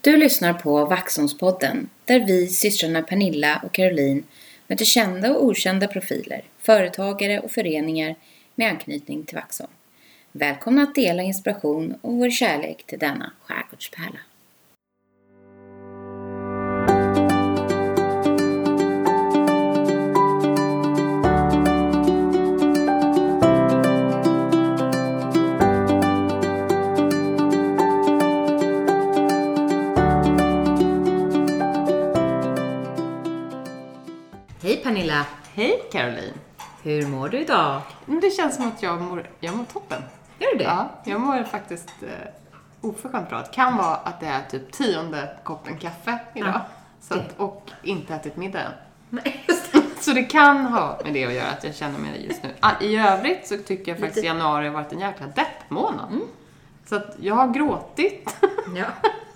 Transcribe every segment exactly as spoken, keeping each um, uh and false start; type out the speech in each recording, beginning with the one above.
Du lyssnar på Vaxholmspodden, där vi, systrarna Pernilla och Caroline, möter kända och okända profiler, företagare och föreningar med anknytning till Vaxholm. Välkomna att dela inspiration och vår kärlek till denna skärgårdspärla. Hej Pernilla! Hej Caroline! Hur mår du idag? Det känns som att jag mår, jag mår toppen. Gör du det? Ja, jag mår faktiskt eh, oförskämt bra. Det kan vara att det är typ tionde koppen kaffe idag. Ja, så att, och inte ätit middag än. Nej, just det. Så det kan ha med det att göra att jag känner mig det just nu. Ah, I övrigt så tycker jag faktiskt Lite... januari har varit en jäkla deppmånad. Mm. Så att jag har gråtit. Ja.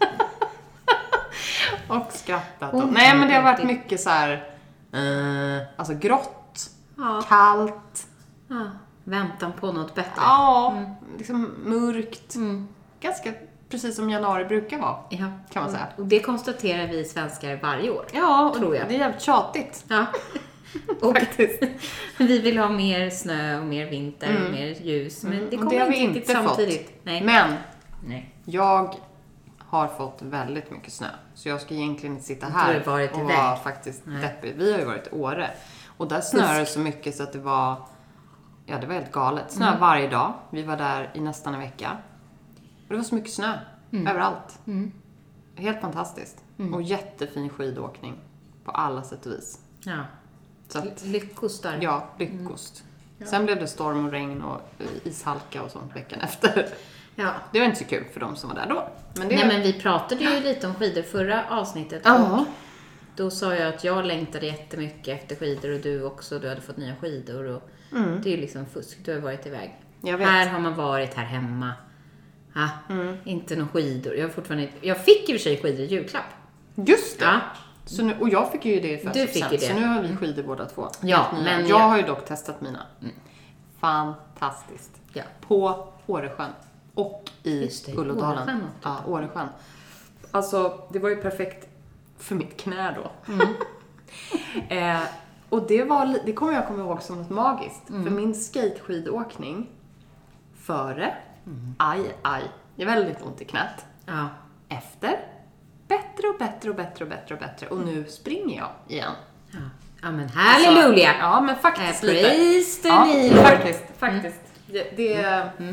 och skrattat. Oh, och, nej men det har varit gråtit. mycket så här... Uh, alltså grått, Ja. kallt. Ja. Väntan på något bättre. Ja, Mm. liksom mörkt. Mm. Ganska precis som januari brukar vara, Ja. kan man säga. Och det konstaterar vi svenskar varje år. Ja, tror jag. det är jävligt tjatigt. Ja. Och Faktiskt. vi vill ha mer snö och mer vinter Mm. och mer ljus. Men Mm. det Och kommer det har vi inte riktigt inte samtidigt. fått. Nej. Men Nej. jag har fått väldigt mycket snö. Så jag ska egentligen inte sitta Du har här varit och iväg. vara faktiskt Nej. deppig. Vi har ju varit i Åre. Och där snöade det så mycket så att det var... Ja, det var helt galet. Snö Mm. varje dag. Vi var där i nästan en vecka. Och det var så mycket snö. Mm. Överallt. Mm. Helt fantastiskt. Mm. Och jättefin skidåkning. På alla sätt och vis. Ja. Så att, Lyckos där. ja, lyckost. Mm. Ja. Sen blev det storm och regn och ishalka och sånt veckan efter. Ja. Det var inte så kul för de som var där då. Men det... Nej, men vi pratade ju lite om skidor förra avsnittet. Ja. Och då sa jag att jag längtade jättemycket efter skidor och du också. Du hade fått nya skidor. Och Mm. det är ju liksom fusk. Du har varit iväg. Jag vet. Här har man varit här hemma. Ah, Mm. inte någon skidor. Jag, har fortfarande inte... jag fick i och för sig skidor i julklapp. Just det. Ja. Så nu, och jag fick ju det i Du fick ju födelsedagspresent. det. Så nu har vi skidor båda två. Ja, Helt nya. men jag jag- har ju dock testat mina. Mm. Fantastiskt. Ja. På Åresjön. Och i Just det, Ullådalen. Åresjön också. Ja, Åresjön. Alltså, det var ju perfekt för mitt knä då. Mm. eh, och det var li- det kommer jag komma ihåg som något magiskt. Mm. För min skateskidåkning före, Mm. aj, aj, det är väldigt ont i knät. Ja. Efter, bättre och bättre och bättre och bättre och bättre. Och nu springer jag igen. Ja. Ja, men halleluja. Så, ja, men faktiskt Eh, lite. praise the Ja, Lord. faktiskt, faktiskt. Det, det, Mm.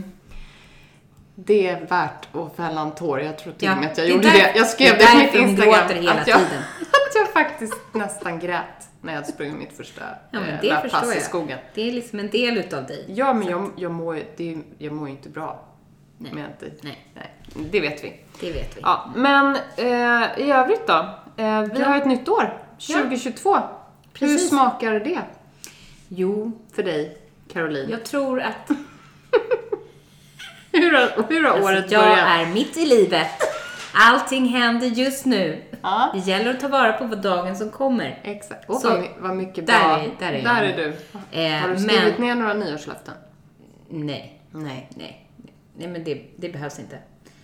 det är värt att fälla en tår. Jag tror till och Ja, med att jag det är gjorde där- det. Jag skrev det det, är på mitt därför hon Instagram. gråter hela att jag, tiden. Att jag faktiskt nästan grät när jag hade sprungit mitt första Ja, men eh, det förstår löppass i jag. skogen. Det är liksom en del utav dig. Ja, men jag, jag, mår, det, är- jag mår ju inte bra. Nej. Men jag inte, Nej, nej, det vet vi. det vet vi. Ja, men eh, i övrigt då? Eh, vi Ja. har ett nytt år, tjugohundratjugotvå. Hur Precis. smakar det Jo, för dig, Caroline? jag tror att Hur har, hur har alltså, året jag börjat? är mitt i livet. Allting händer just nu. Ja, Det gäller att ta vara på vad dagen som kommer. exakt. Åh, Så, vad, my- vad mycket bra. där är- där är jag där nu. är du. Eh, Har du skrivit men, ner några nyårslöften? nej, Nej. nej, nej, men det, det behövs inte.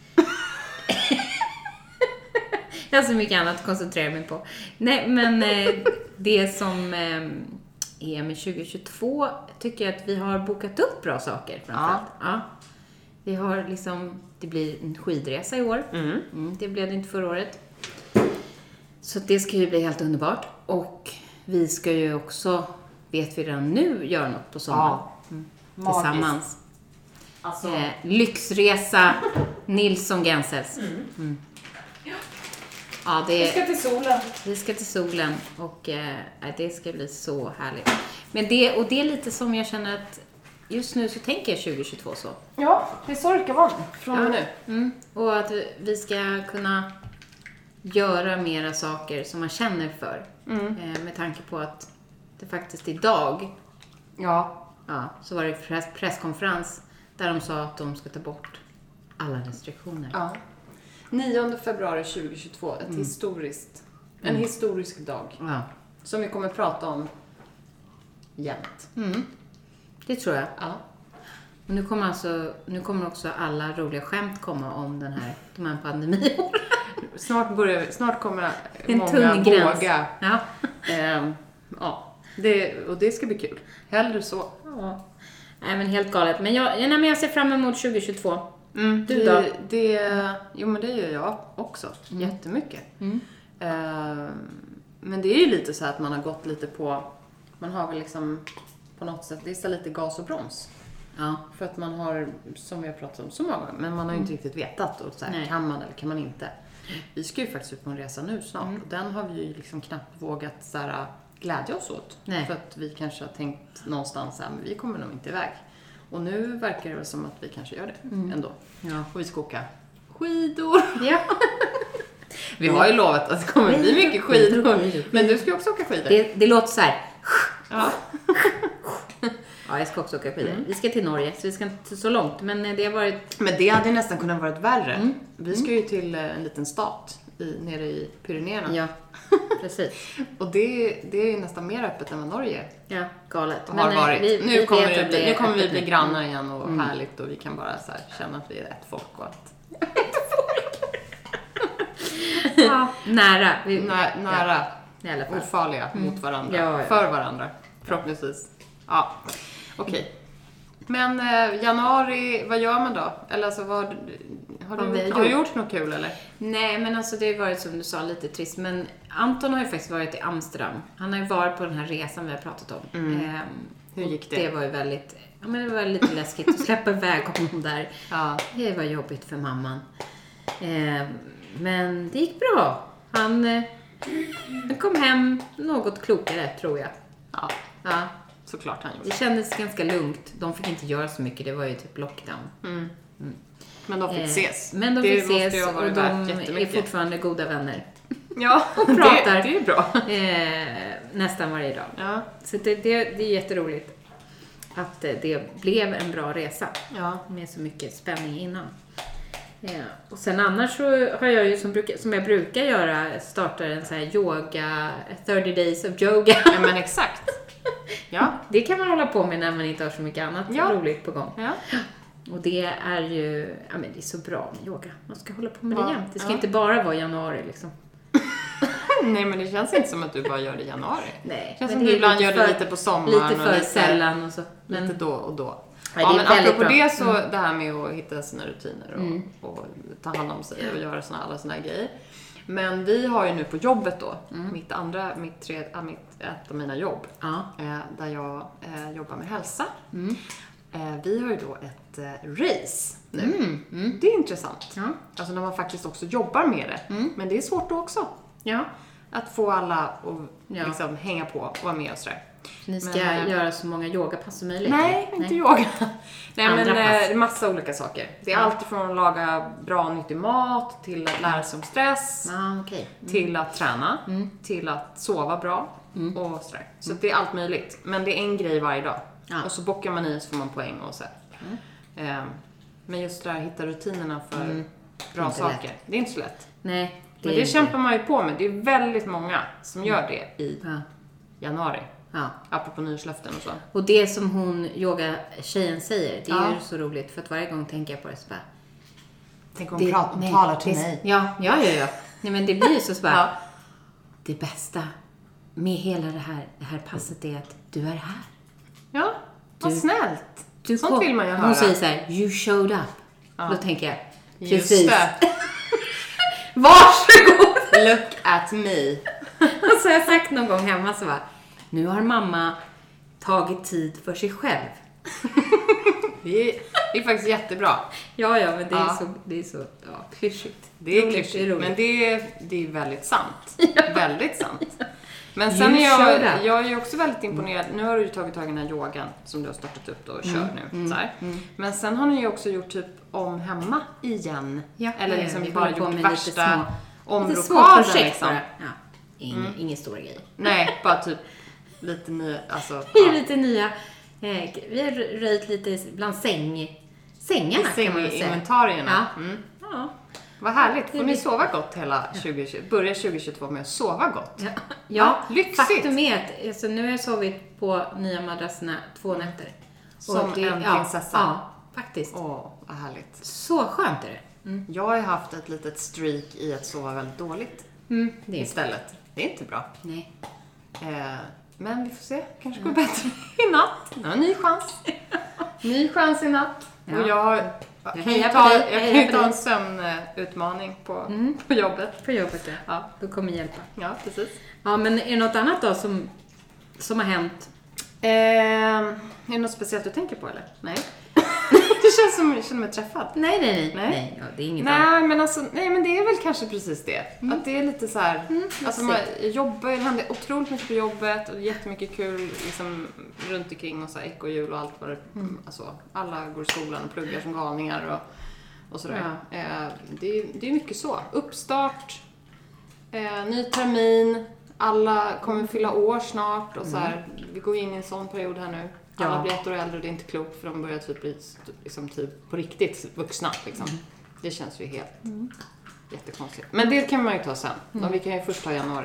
Jag har så mycket annat att koncentrera mig på. Nej, men eh, det som eh, är med tjugohundratjugotvå tycker jag att vi har bokat upp bra saker framförallt. Ja. Vi har liksom, det blir en skidresa i år. Mm. Mm, det blev det inte förra året. Så det ska ju bli helt underbart. Och vi ska ju också, vet vi redan nu, göra något på sommaren. Mm. Magiskt. Tillsammans. Alltså, Eh, lyxresa Nilsson Gensels. Mm. Ja, det vi ska till solen. vi ska till solen och eh, det ska bli så härligt. Men det, och det är lite som jag känner att just nu så tänker jag tjugohundratjugotvå så. Ja, det är så det ska vara från och med nu. Mm. Och att vi ska kunna göra mera saker som man känner för. Mm. Eh, med tanke på att det faktiskt idag, Ja. ja, så var det press, presskonferens där de sa att de ska ta bort alla restriktioner. ja. nionde februari tjugohundratjugotvå, ett historiskt, en Mm. historisk dag. Ja. Som vi kommer prata om jämt. Mm. Det tror jag. Ja. Och nu kommer alltså, nu kommer också alla roliga skämt komma om den här, de här pandemiåren. snart, börjar, snart kommer En många tunn gräns. våga. Ja. Ehm, ja, det, och det ska bli kul. Hellre så. Ja. Nej, men helt galet. Men jag, nej, men jag ser fram emot tjugo tjugotvå. Mm, Du då? det, det, jo, men det gör jag också. Mm. Jättemycket. Mm. Ehm, men det är ju lite så här att man har gått lite på... Man har väl liksom på något sätt... Det är så lite gas och broms. Ja. För att man har, som vi har pratat om så många gånger, men man har ju inte riktigt vetat. Och så här, kan man eller kan man inte? Vi ska ju faktiskt ut på en resa nu snart. Mm. Och den har vi ju liksom knappt vågat så här, glädja oss åt. Nej. För att vi kanske har tänkt någonstans här, men vi kommer nog inte iväg. Och nu verkar det väl som att vi kanske gör det Mm. ändå. Ja. Och vi ska åka skidor. Ja. Vi har ju lovat att det kommer bli mycket skidor. Men du ska ju också åka skidor. Det, det låter så här. Ja. Ja, jag ska också åka skidor. Mm. Vi ska till Norge, så vi ska inte så långt. Men det har varit... Men det hade nästan kunnat varit värre. Mm. Vi ska ju till en liten stat i, nere i Pyrenéerna. Ja, precis. Och det, det är ju nästan mer öppet än vad Norge Ja, galet. har eh, varit. vi- nu vi kommer, vet vi att bli, det nu är kommer vi öppet bli nu. grannar igen och Mm. härligt och vi kan bara så här känna att vi är ett folk och att... Ja, nära. Vi, Nä, nära, ja, i alla fall. ofarliga mot varandra. Ja, ja. För varandra, förhoppningsvis. Ja, okej. Men eh, januari, vad gör man då? Eller alltså, vad, har, Vad du, vi har gjort, har du gjort? gjort något kul eller? Nej, men alltså det har varit som du sa lite trist. Men Anton har ju faktiskt varit i Amsterdam. Han har ju varit på den här resan vi har pratat om. Mm. Ehm, Hur och gick det? Det var ju väldigt, ja, men det var lite läskigt att släppa iväg honom där. Ja. Det var jobbigt för mamman. Ehm, men det gick bra. Han, eh, han kom hem något klokare, tror jag. Ja, Ja, såklart han gjorde. det kändes ganska lugnt. De fick inte göra så mycket. Det var ju typ lockdown. Mm. Men de fick Eh, ses. Men de Det fick måste ju ses ha och varit de värt är jättemycket. fortfarande goda vänner. Ja, och pratar. Det, det är bra. Eh, nästan varje dag. Ja. Så det, det, det är jätteroligt att eh, det blev en bra resa. Ja. Med så mycket spänning innan. Ja. Och sen annars så har jag ju som, brukar, som jag brukar göra startar en så här yoga, trettio days of yoga. Ja, men exakt. Ja. Det kan man hålla på med när man inte har så mycket annat Ja. roligt på gång. Ja. Och det är ju, ja men det är så bra med yoga. Man ska hålla på med Ja. det jämt. Det ska Ja. inte bara vara januari liksom. Nej, men det känns inte som att du bara gör det i januari. Nej. Det känns men som det du är ibland lite gör det för- lite på sommaren. Lite och för lite, sällan och så. Men, Lite då och då. Nej, Ja, det är men väldigt apropå bra. det så, Mm. det här med att hitta sina rutiner och, Mm. och ta hand om sig och göra såna, alla såna här grejer. Men vi har ju nu på jobbet då, Mm. mitt andra, mitt, tre, äh, mitt, ett av mina jobb, ja. eh, där jag eh, jobbar med hälsa. Mm. Eh, vi har ju då ett eh, race nu. Mm. Mm. Det är intressant. Ja. Alltså när man faktiskt också jobbar med det. Mm. Men det är svårt då också. Ja. Att få alla att Ja. liksom hänga på och vara med och sådär. Ni ska Men, eh, göra så många yogapass som möjligt? Nej, inte yoga. Nej, Andra men pass. eh, massa olika saker. Det är Ja. allt ifrån att laga bra nyttig mat, till att lära sig om stress, Ja, okej. Mm. till att träna, Mm. till att sova bra Mm. och sådär. Så det är allt möjligt. Men det är en grej varje dag. Ja. Och så bockar man i så får man poäng och så. Mm. Eh, men just det där, hitta rutinerna för Mm. bra Inte saker. lätt. Det är inte så lätt. Nej. Men är det inte- kämpar man ju på med. Det är väldigt många som gör det i Ja. januari. Ja. Apropå nyårslöften och så. Och det som hon, yoga-tjejen, säger, det är Ja. ju så roligt. För att varje gång tänker jag på det så bara... Tänk om det- hon pratar, nej, talar till det- mig. Ja, ja, ja, ja. Nej, men det blir ju så, så bara... Ja. Det bästa med hela det här, det här passet är att du är här. Ja, vad Du- snällt. Du Sånt kom- vill man ju Hon höra. säger så här, you showed up. Ja. Då tänker jag, Just precis. det. Varsågod! Look at me. Och så har jag sagt någon gång hemma så bara, nu har mamma tagit tid för sig själv. Det är, det är faktiskt jättebra. Ja, ja, men det är Ja. så, det är så ja, klyschigt. Det är Roligt, klyschigt, det är roligt. men det är, det är väldigt sant. Väldigt sant. Men sen You är showed jag, up. jag är ju också väldigt imponerad. Nu har du ju tagit tag i den här yogan som du har startat upp då och kör nu. Så här. Men sen har ni ju också gjort typ om hemma igen. Ja, Eller ja, liksom vi bara håller på gjort med lite värsta små- Lite små omrokaden projekt liksom. bara. Ja. Ingen, ingen stor grej. Nej, bara typ lite ny, alltså. Vi är ja. lite nya. Eh, vi har röjt lite bland säng, sängarna kan man väl säga. Säng-inventarierna. Ja. Mm. Ja. Vad härligt. Får Det ni blir- sova gott hela tjugo tjugo? Börja tjugo tjugotvå med att sova gott. Ja, Ja, ja lyxigt. faktum är att alltså, nu har jag sovit på nya madrasserna två nätter. Som en ja, prinsessa. Ja, faktiskt. Åh, vad härligt. Så skönt är det. Mm. Jag har ju haft ett litet streak i att sova väldigt dåligt. Mm, det är istället. Det är inte bra. Nej. Eh, men vi får se. Kanske går bättre i natt. Ja, ny chans. Ny chans i natt. Ja. Och jag, jag kan ju ta, jag kan ju ta en sömnutmaning på, mm. på jobbet. På jobbet, ja. Ja. Du kommer hjälpa. Ja, precis. Ja, men är det något annat då som, som har hänt? Eh, är det något speciellt du tänker på, eller? Nej. Det känns som jag känner mig träffad. Nej, nej, nej. Nej, nej ja, det är inget nej annat. men alltså, nej, men det är väl kanske precis det. Mm. Att det är lite så här, mm, alltså man jobbar, det händer otroligt mycket på jobbet och jättemycket kul liksom runt omkring och så här ekojul och allt vad det, mm. alltså alla går i skolan och pluggar som galningar och, och sådär. Ja. Eh, det, är, det är mycket så. Uppstart, eh, ny termin, alla kommer fylla år snart och så här, mm. vi går in i en sån period här nu. Alla ja. blir ett år äldre och det är inte klokt för de börjar typ bli liksom, typ, på riktigt vuxna. Liksom. Mm. Det känns ju helt mm. jättekonstigt. Men det kan man ju ta sen. Mm. Vi kan ju först ta januari.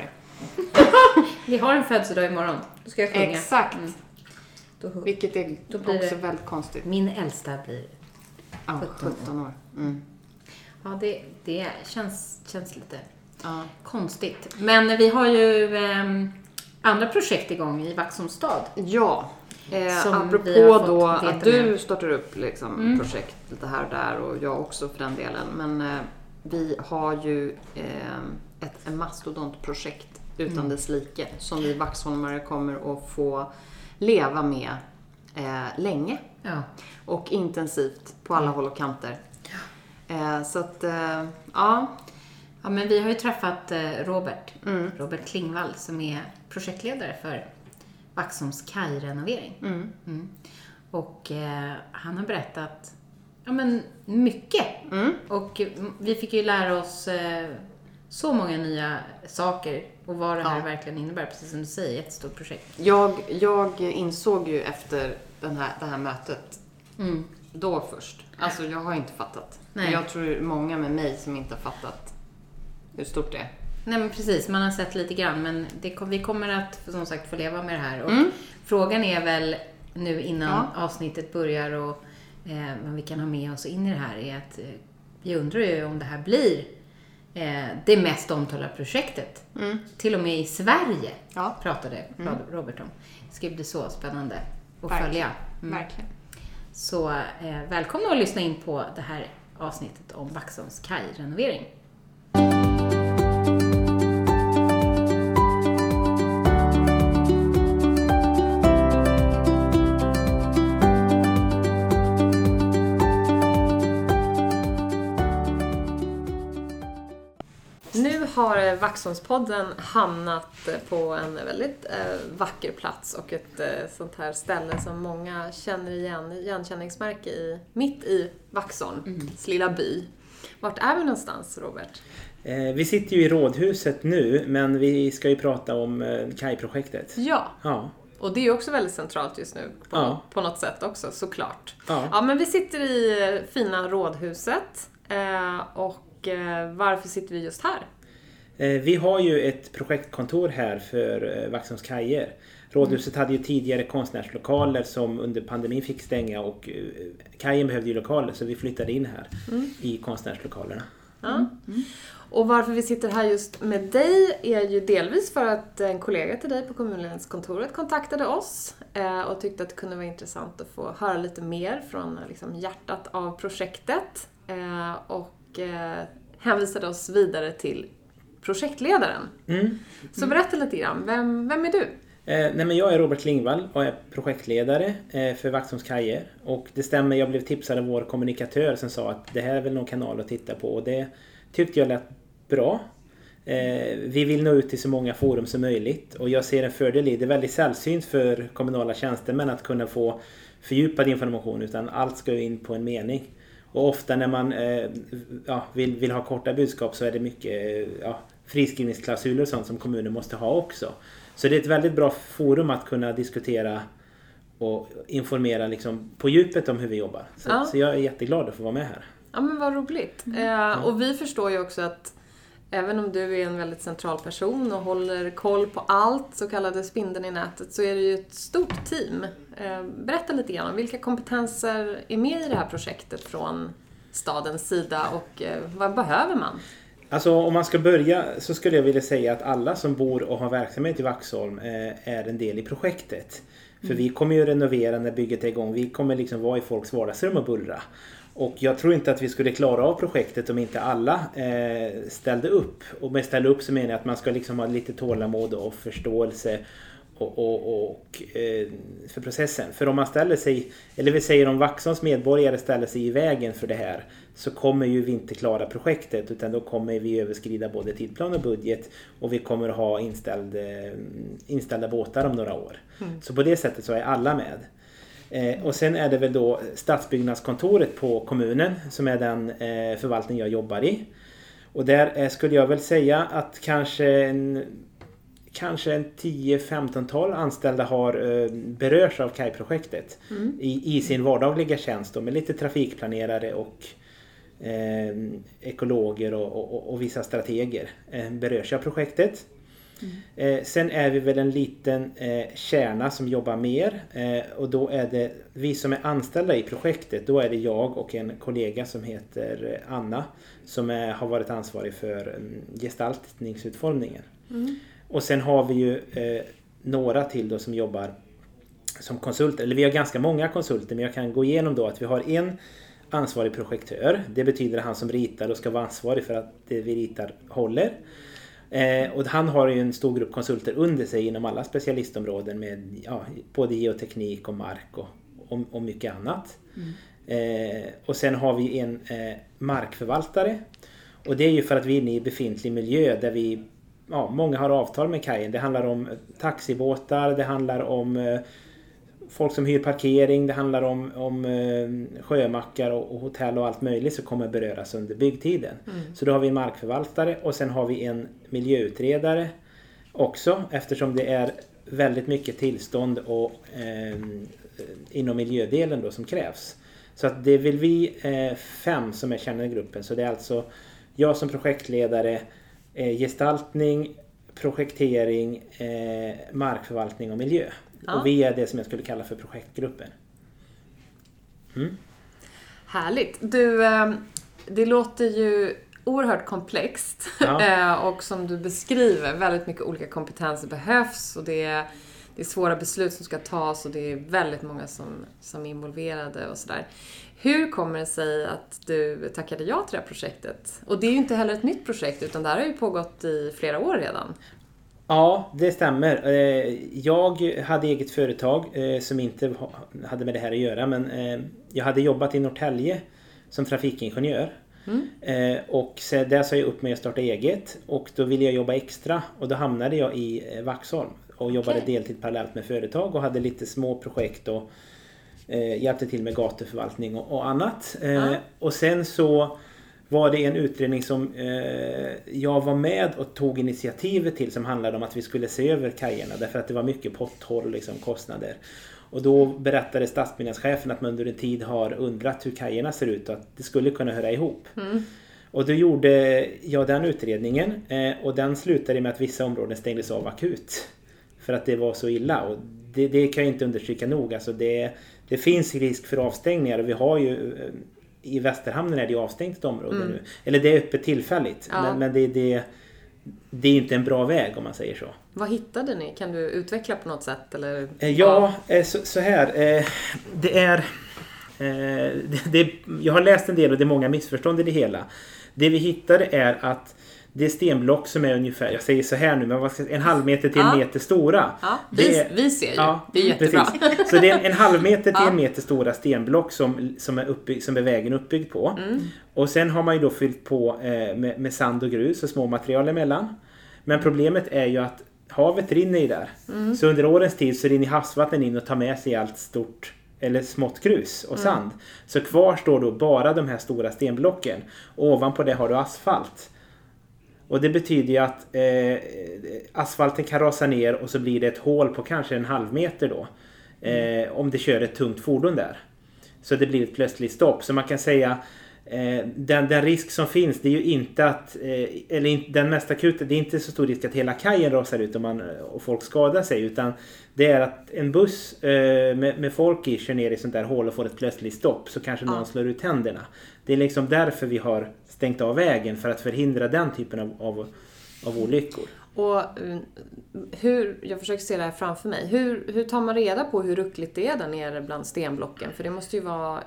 Vi har en födelsedag imorgon. Då ska jag sjunga. Exakt. Mm. Då, Vilket är då blir också det, väldigt konstigt. Min äldsta blir ja, sjutton år. Mm. Ja, det, det känns, känns lite ja. konstigt. Men vi har ju eh, andra projekt igång i Vaxholms stad. Ja. Eh, apropå då att du med. startar upp liksom, mm. projekt lite här och där och jag också för den delen. Men eh, vi har ju eh, ett en mastodontprojekt utan mm. dess like som vi vaxholmare kommer att få leva med eh, länge ja. och intensivt på alla mm. håll och kanter. Eh, så att, eh, ja. Ja, men vi har ju träffat eh, Robert, mm. Robert Klingvall som är projektledare för Vaxholms kajrenovering. Mm. Mm. Och eh, han har berättat ja, men mycket. Mm. Och vi fick ju lära oss eh, så många nya saker och vad det här ja. verkligen innebär. Precis som du säger, ett stort projekt. Jag, jag insåg ju efter den här, det här mötet mm. då först. Alltså jag har inte fattat. Nej. Jag tror många med mig som inte har fattat hur stort det är. Nej men precis, man har sett lite grann men det, vi kommer att som sagt få leva med det här och mm. frågan är väl nu innan ja. avsnittet börjar och eh, vad vi kan ha med oss in i det här är att eh, vi undrar ju om det här blir eh, det mest omtalade projektet. Mm. Till och med i Sverige ja. pratade mm. Robert om. Det ska bli så spännande att Verkligen. följa. Mm. Verkligen. Så eh, välkomna att lyssna in på det här avsnittet om Vaxholms kajrenovering. Nu har Vaxholmspodden hamnat på en väldigt eh, vacker plats och ett eh, sånt här ställe som många känner igen, igenkänningsmärke i, mitt i Vaxholms mm. lilla by. Vart är vi någonstans, Robert? Eh, vi sitter ju i rådhuset nu, men vi ska ju prata om eh, kajprojektet. Ja. ja, och det är också väldigt centralt just nu på, ja. på något sätt också, såklart. Ja. ja, men vi sitter i fina rådhuset eh, och eh, varför sitter vi just här? Vi har ju ett projektkontor här för Vaxholms kajer. Rådhuset mm. hade ju tidigare konstnärslokaler som under pandemin fick stänga och kajen behövde ju lokaler så vi flyttade in här mm. i konstnärslokalerna. Ja. Mm. Och varför vi sitter här just med dig är ju delvis för att en kollega till dig på kommunledningskontoret kontaktade oss och tyckte att det kunde vara intressant att få höra lite mer från liksom, hjärtat av projektet och hänvisade oss vidare till projektledaren. Mm. Mm. Så berätta lite grann, vem, vem är du? Eh, nej men jag är Robert Klingvall och är projektledare eh, för Vaxholms kajer. Och det stämmer, jag blev tipsad av vår kommunikatör som sa att det här är väl någon kanal att titta på. Och det tyckte jag lät bra. Eh, vi vill nå ut till så många forum som möjligt. Och jag ser en fördel i det. Det är väldigt sällsynt för kommunala tjänstemän att kunna få fördjupad information. Utan allt ska in på en mening. Och ofta när man eh, ja, vill, vill ha korta budskap så är det mycket ja, friskrivningsklausuler och sånt som kommunen måste ha också. Så det är ett väldigt bra forum att kunna diskutera och informera liksom, på djupet om hur vi jobbar. Så, ja. så jag är jätteglad att få vara med här. Ja men vad roligt. Mm. Eh, ja. Och vi förstår ju också att även om du är en väldigt central person och håller koll på allt, så kallade spindeln i nätet, så är det ju ett stort team. Eh, berätta lite grann om vilka kompetenser är med i det här projektet från stadens sida och eh, vad behöver man? Alltså om man ska börja så skulle jag vilja säga att alla som bor och har verksamhet i Vaxholm eh, är en del i projektet. För mm. vi kommer ju renovera när bygget är igång. Vi kommer liksom vara i folks vardagsrum och bullra. Och jag tror inte att vi skulle klara av projektet om inte alla eh, ställde upp. Och med ställa upp så menar jag att man ska liksom ha lite tålamod och förståelse och, och, och, eh, för processen. För om man ställer sig, eller vi säger om Vaxholms medborgare ställer sig i vägen för det här, så kommer ju vi inte klara projektet, utan då kommer vi överskrida både tidplan och budget, och vi kommer ha inställd, inställda båtar om några år. Mm. Så på det sättet så är alla med. Eh, och sen är det väl då stadsbyggnadskontoret på kommunen som är den eh, förvaltning jag jobbar i. Och där eh, skulle jag väl säga att kanske en, kanske en tio femton-tal anställda har eh, berörs av K A I-projektet mm. i, i sin vardagliga tjänst då, med lite trafikplanerare och eh, ekologer och, och, och vissa strateger eh, berörs av projektet. Mm. Eh, sen är vi väl en liten eh, kärna som jobbar mer, eh, och då är det vi som är anställda i projektet, då är det jag och en kollega som heter Anna som är, har varit ansvarig för um, gestaltningsutformningen. Mm. Och sen har vi ju eh, några till då som jobbar som konsulter, eller vi har ganska många konsulter, men jag kan gå igenom då att vi har en ansvarig projektör. Det betyder han som ritar och ska vara ansvarig för att det vi ritar håller. Eh, och han har ju en stor grupp konsulter under sig inom alla specialistområden med ja, både geoteknik och mark och, och, och mycket annat. Mm. Eh, och sen har vi en eh, markförvaltare, och det är ju för att vi är inne i befintlig miljö där vi, ja, många har avtal med kajen. Det handlar om taxibåtar, det handlar om eh, folk som hyr parkering, det handlar om, om eh, sjömackar och, och hotell och allt möjligt som kommer beröras under byggtiden. Mm. Så då har vi en markförvaltare och sen har vi en miljöutredare också, eftersom det är väldigt mycket tillstånd och, eh, inom miljödelen då som krävs. Så att det vill vi eh, fem som är kärnan i gruppen. Så det är alltså jag som projektledare, eh, gestaltning, projektering, eh, markförvaltning och miljö. Ja. Och vi är det som jag skulle kalla för projektgruppen. Mm. Härligt. Du, det låter ju oerhört komplext. Ja. Och som du beskriver, väldigt mycket olika kompetenser behövs. Och det är, det är svåra beslut som ska tas och det är väldigt många som, som är involverade och sådär. Hur kommer det sig att du tackade ja till det här projektet? Och det är ju inte heller ett nytt projekt, utan det här har ju pågått i flera år redan. Ja, det stämmer. Jag hade eget företag som inte hade med det här att göra, men jag hade jobbat i Norrtälje som trafikingenjör. Mm. Och så där sa jag upp mig att starta eget, och då ville jag jobba extra, och då hamnade jag i Vaxholm och jobbade okay. deltid parallellt med företag och hade lite små projekt och eh, hjälpte till med gatuförvaltning och, och annat. Mm. Eh, och sen så var det en utredning som eh, jag var med och tog initiativet till, som handlade om att vi skulle se över kajerna, därför att det var mycket potthåll, liksom, kostnader. Och då berättade stadsbyggnadschefen att man under en tid har undrat hur kajerna ser ut och att det skulle kunna höra ihop. Mm. Och då gjorde jag den utredningen, eh, och den slutade med att vissa områden stängdes av akut för att det var så illa. Och det, det kan jag inte understryka nog. Alltså det, det finns risk för avstängningar, och vi har ju eh, i Västerhamnen är det avstängt ett område mm. nu. Eller det är öppet tillfälligt, ja. men, men det, det, det är inte en bra väg om man säger så. Vad hittade ni? Kan du utveckla på något sätt? Eller? Ja, så, så här. Det är... Det, det, jag har läst en del och det är många missförstånd i det hela. Det vi hittade är att det är stenblock som är ungefär, jag säger så här nu, men vad ska, en halv meter till en ja. meter stora. Ja, vi, är, vi ser ju. Ja, det är jättebra. Precis. Så det är en halv meter till ja. en meter stora stenblock som, som, är, uppbygg, som är vägen uppbyggd på. Mm. Och sen har man ju då fyllt på eh, med, med sand och grus och små material emellan. Men problemet är ju att havet rinner ju där. Mm. Så under årens tid så rinner havsvatten in och tar med sig allt stort eller smått grus och sand. Mm. Så kvar står då bara de här stora stenblocken. Och ovanpå det har du asfalt. Och det betyder ju att eh, asfalten kan rasa ner och så blir det ett hål på kanske en halv meter då. Eh, mm. Om det kör ett tungt fordon där. Så det blir ett plötsligt stopp. Så man kan säga eh, den, den risk som finns, det är ju inte att, eh, eller in, den mest akuta, det är inte så stor risk att hela kajen rasar ut och, man, och folk skadar sig, utan det är att en buss eh, med, med folk i kör ner i sånt där hål och får ett plötsligt stopp, så kanske ja. någon slår ut tänderna. Det är liksom därför vi har stängt av vägen, för att förhindra den typen av, av, av olyckor. Och hur, jag försöker se det här framför mig, hur, hur tar man reda på hur ruckligt det är där nere bland stenblocken? För det måste ju vara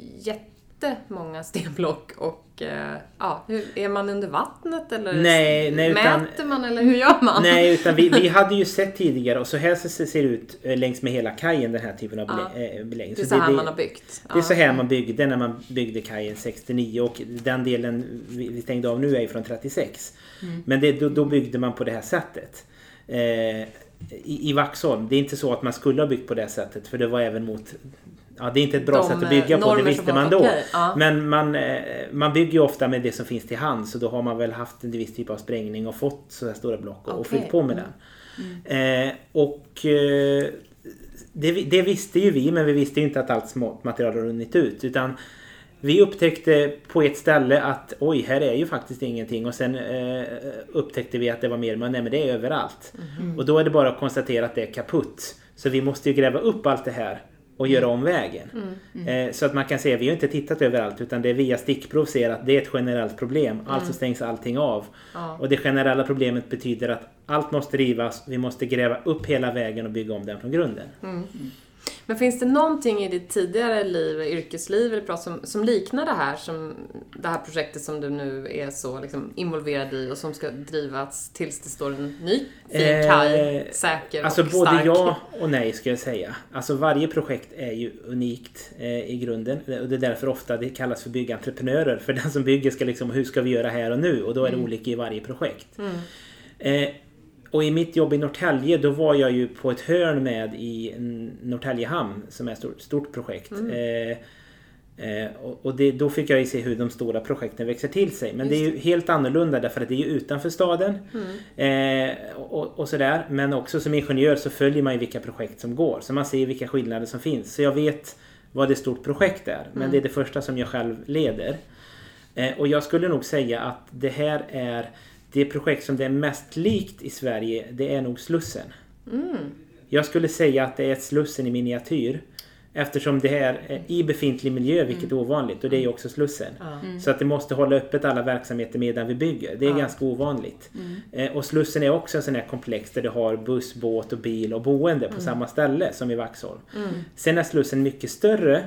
jättemånga stenblock och ja, hur, är man under vattnet eller nej, nej, utan, mäter man eller hur gör man? Nej, utan vi, vi hade ju sett tidigare, och så här ser det ut längs med hela kajen, den här typen av ja. beläggning. Det är så, så här det, man har byggt. Det är ja. så här man byggde när man byggde kajen sextionio, och den delen vi stängde av nu är från trettiosex. Mm. Men det, då, då byggde man på det här sättet. Eh, i, I Vaxholm, det är inte så att man skulle ha byggt på det sättet, för det var även mot... Ja, det är inte ett bra De sätt att bygga på, det visste man då. Okay. Ja. Men man, man bygger ju ofta med det som finns till hand, så då har man väl haft en viss typ av sprängning och fått så här stora block och, okay. och fyllt på med mm. den. Mm. Eh, och eh, det, det visste ju vi, men vi visste ju inte att allt smått material har runnit ut, utan vi upptäckte på ett ställe att oj, här är ju faktiskt ingenting, och sen eh, upptäckte vi att det var mer, men nej, men det är överallt. Mm. Och då är det bara att konstatera att det är kaputt. Så vi måste ju gräva upp allt det här och göra om vägen. Mm, mm. Eh, så att man kan säga, vi har inte tittat överallt, utan det är via stickprov ser att det är ett generellt problem. Mm. Alltså stängs allting av. Ja. Och det generella problemet betyder att allt måste rivas. Vi måste gräva upp hela vägen och bygga om den från grunden. Mm. Mm. Men finns det någonting i ditt tidigare liv, yrkesliv eller prat som, som liknar det här, som det här projektet som du nu är så liksom involverad i och som ska drivas tills det står en ny fin kaj, eh, säker alltså och både stark? ja och nej ska jag säga. Alltså varje projekt är ju unikt eh, i grunden, och det är därför ofta det kallas för byggentreprenörer, för den som bygger ska liksom, hur ska vi göra här och nu, och då är det mm. olika i varje projekt. Mm. Eh, Och i mitt jobb i Norrtälje, då var jag ju på ett hörn med i Norrtälje hamn, som är ett stort, stort projekt. Mm. Eh, eh, och det, då fick jag ju se hur de stora projekten växer till sig. Men Just det är ju helt annorlunda, därför att det är ju utanför staden. Mm. Eh, och, och sådär. Men också som ingenjör så följer man ju vilka projekt som går. Så man ser vilka skillnader som finns. Så jag vet vad det stort projekt är. Men mm. det är det första som jag själv leder. Eh, och jag skulle nog säga att det här är... Det projekt som det är mest likt i Sverige, det är nog Slussen. Mm. Jag skulle säga att det är Slussen i miniatyr. Eftersom det här är i befintlig miljö, vilket är ovanligt. Och det är ju också Slussen. Mm. Så att det måste hålla öppet alla verksamheter medan vi bygger. Det är ja. ganska ovanligt. Mm. Och Slussen är också en sån här komplex där du har buss, båt och bil och boende på mm. samma ställe som i Vaxholm. Mm. Sen är Slussen mycket större.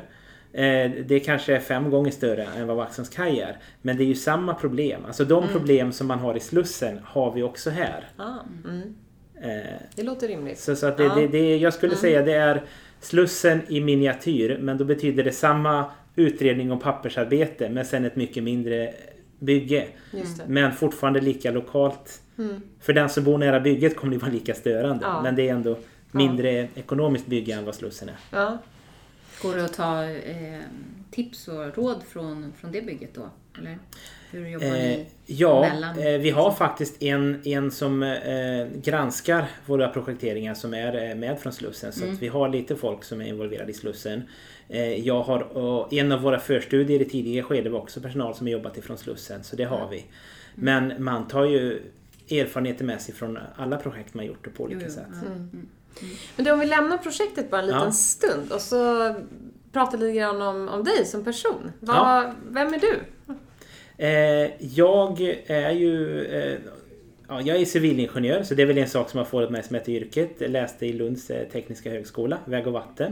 Det kanske är fem gånger större än vad Vaxholms kaj är. Men det är ju samma problem. Alltså de mm. problem som man har i Slussen har vi också här. Ah, mm. eh, det låter rimligt. Så, så att det, ah. det, det, jag skulle mm. säga det är Slussen i miniatyr. Men då betyder det samma utredning om pappersarbete, men sen ett mycket mindre bygge. Just det. Men fortfarande lika lokalt. Mm. För den som bor nära bygget kommer det vara lika störande. Ah. Men det är ändå mindre ah. ekonomiskt bygge än vad Slussen är. Ja. Går det att ta eh, tips och råd från, från det bygget då? Eller hur jobbar ni eh, ja, mellan? Eh, vi har faktiskt en, en som eh, granskar våra projekteringar som är med från Slussen. Så mm. att vi har lite folk som är involverade i Slussen. Eh, jag har, och en av våra förstudier i tidigare skede var också personal som har jobbat ifrån Slussen. Så det har mm. vi. Men man tar ju erfarenheter med sig från alla projekt man gjort på olika jo, jo. sätt. Mm. Mm. Mm. Men då om vi lämnar projektet bara en liten ja. stund och så pratar lite grann om, om dig som person. Vad, ja. Vem är du? Eh, jag är ju eh, ja, jag är civilingenjör, så det är väl en sak som har fått mig som ett yrket. Jag läste i Lunds eh, tekniska högskola, väg och vatten.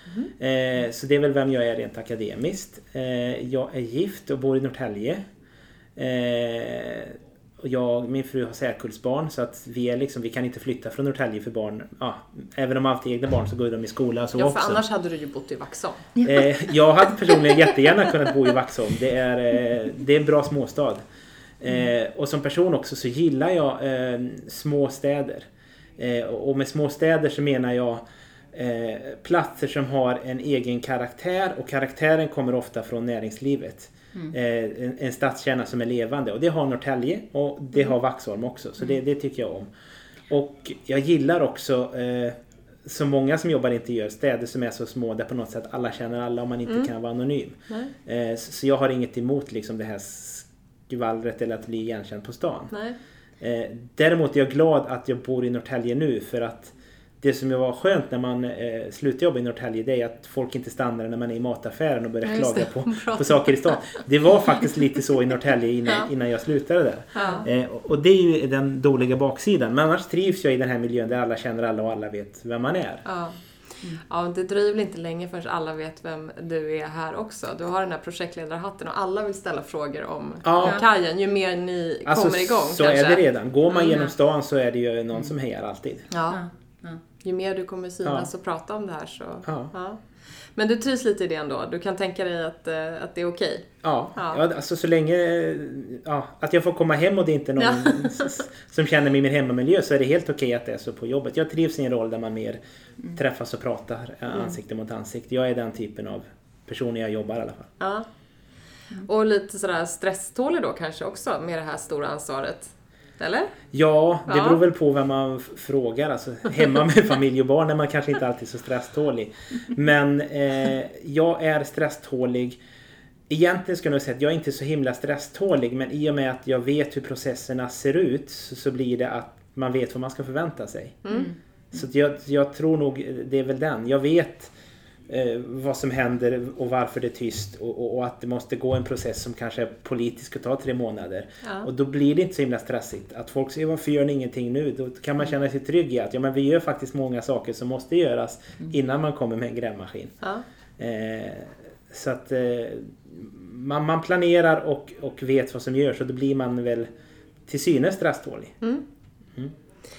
Mm. Eh, så det är väl vem jag är rent akademiskt. Eh, jag är gift och bor i Norrtälje. Eh, Och jag, min fru har särkullsbarn, så att vi är liksom, vi kan inte flytta från Norrtälje för barn. Ja, även om alltid egna barn så går de i skola och så ja, också. Ja, för annars hade du ju bott i Vaxholm. Eh, jag hade personligen jättegärna kunnat bo i Vaxholm. Det är, eh, det är en bra småstad. Eh, och som person också så gillar jag eh, små städer. Eh, och med små städer så menar jag eh, platser som har en egen karaktär. Och karaktären kommer ofta från näringslivet. Mm. Eh, en, en stadskärna som är levande, och det har Norrtälje och det mm. har Vaxholm också, så det, det tycker jag om. Och jag gillar också eh, så många som jobbar inte gör, städer som är så små där på något sätt alla känner alla och man inte mm. kan vara anonym. Eh, så, så jag har inget emot liksom det här skvallret eller att bli igenkänd på stan. Nej. Eh, däremot är jag glad att jag bor i Norrtälje nu, för att det som var skönt när man eh, slutade jobba i Norrtälje, det är att folk inte stannar när man är i mataffären och börjar klaga på, på saker i stan. Det var faktiskt lite så i Norrtälje innan, ja. innan jag slutade där. Ja. Eh, och det är ju den dåliga baksidan. Men annars trivs jag i den här miljön där alla känner alla och alla vet vem man är. Ja. Mm. Ja, det dröjer väl inte länge förrän alla vet vem du är här också. Du har den här projektledarhatten och alla vill ställa frågor om ja. kajen ju mer ni alltså, kommer igång. Så kanske. är det redan. Går man mm. genom stan så är det ju någon som hejar alltid. Ja. Ja. Ju mer du kommer synas ja. och prata om det här så... Ja. Ja. Men du trivs lite i det ändå? Du kan tänka dig att, att det är okej? Ja, ja. ja alltså så länge ja, att jag får komma hem och det är inte någon ja. som känner mig i min hemmamiljö, så är det helt okej att det är så på jobbet. Jag trivs i en roll där man mer mm. träffas och pratar mm. ansikte mot ansikte. Jag är den typen av person jag jobbar i alla fall. Ja. Mm. Och lite sådär stresstålig då kanske också med det här stora ansvaret? Eller? Ja, det ja. beror väl på vem man f- frågar. Alltså, hemma med familj och barn är man kanske inte alltid så stresstålig. Men eh, jag är stresstålig. Egentligen skulle jag säga att jag är inte så himla stresstålig. Men i och med att jag vet hur processerna ser ut så, så blir det att man vet vad man ska förvänta sig. Mm. Så att jag, jag tror nog det är väl den. Jag vet eh, vad som händer och varför det är tyst. Och, och, och att det måste gå en process som kanske är politisk och tar tre månader. Ja. Och då blir det inte så himla stressigt. Att folk säger varför gör ni ingenting nu? Då kan man känna sig trygg i att ja, men vi gör faktiskt många saker som måste göras innan man kommer med en grävmaskin. Ja. Eh, så att eh, man, man planerar och, och vet vad som görs. Och då blir man väl till synes stresstålig. Mm. Mm.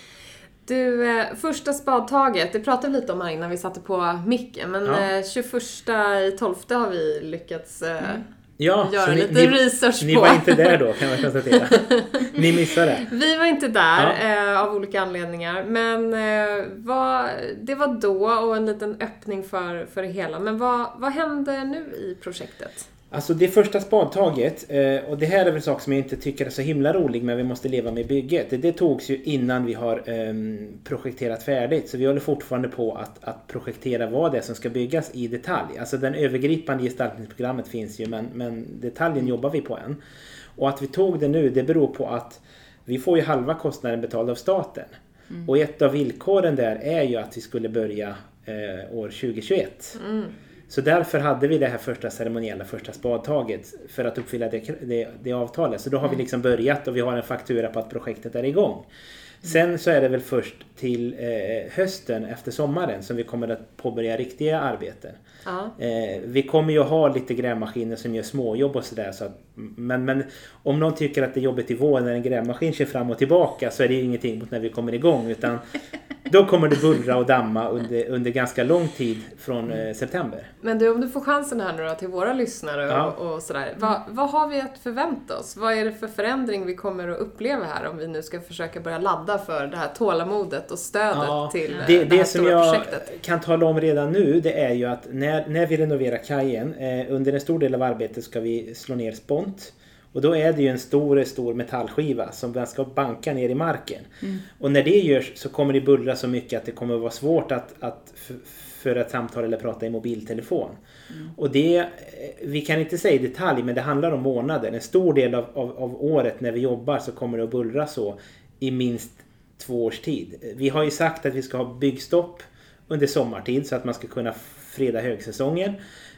Du, eh, första spadtaget, det pratade vi lite om här innan vi satte på micken, men ja. eh, tjugoförsta i tolfte har vi lyckats eh, mm. ja, göra lite ni, research ni, på. Ni var inte där då, kan man konstatera. Ni missade. Vi var inte där ja. eh, av olika anledningar, men eh, vad, det var då och en liten öppning för, för det hela. Men vad, vad händer nu i projektet? Alltså det första spadtaget, och det här är väl sak som jag inte tycker är så himla rolig, men vi måste leva med bygget. Det, det togs ju innan vi har um, projekterat färdigt, så vi håller fortfarande på att, att projektera vad det är som ska byggas i detalj. Alltså den övergripande gestaltningsprogrammet finns ju, men, men detaljen jobbar vi på än. Och att vi tog det nu, det beror på att vi får ju halva kostnaden betald av staten. Mm. Och ett av villkoren där är ju att vi skulle börja eh, år tjugohundratjugoett. Mm. Så därför hade vi det här första ceremoniella första spadtaget för att uppfylla det, det, det avtalet. Så då har vi liksom börjat och vi har en faktura på att projektet är igång. Sen så är det väl först till eh, hösten efter sommaren som vi kommer att påbörja riktiga arbeten. Ja. Eh, vi kommer ju ha lite grävmaskiner som gör småjobb och sådär. Så att, men, men om någon tycker att det är jobbigt i vår när en grävmaskin kör fram och tillbaka, så är det ju ingenting mot när vi kommer igång. Utan då kommer det bullra och damma under, under ganska lång tid från eh, september. Men du, om du får chansen här nu då till våra lyssnare och, ja. och sådär. Vad, vad har vi att förvänta oss? Vad är det för förändring vi kommer att uppleva här om vi nu ska försöka börja ladda för det här tålamodet och stödet ja, till det, det, det här stora projektet? Det som jag kan tala om redan nu, det är ju att när, när vi renoverar kajen, eh, under en stor del av arbetet ska vi slå ner spont. Och då är det ju en stor, stor metallskiva som man ska banka ner i marken. Mm. Och när det görs så kommer det bullra så mycket att det kommer att vara svårt att, att f- föra ett samtal eller prata i mobiltelefon. Mm. Och det, vi kan inte säga i detalj, men det handlar om månader. En stor del av, av, av året när vi jobbar så kommer det att bullra så i minst två års tid. Vi har ju sagt att vi ska ha byggstopp under sommartid så att man ska kunna freda högsäsongen.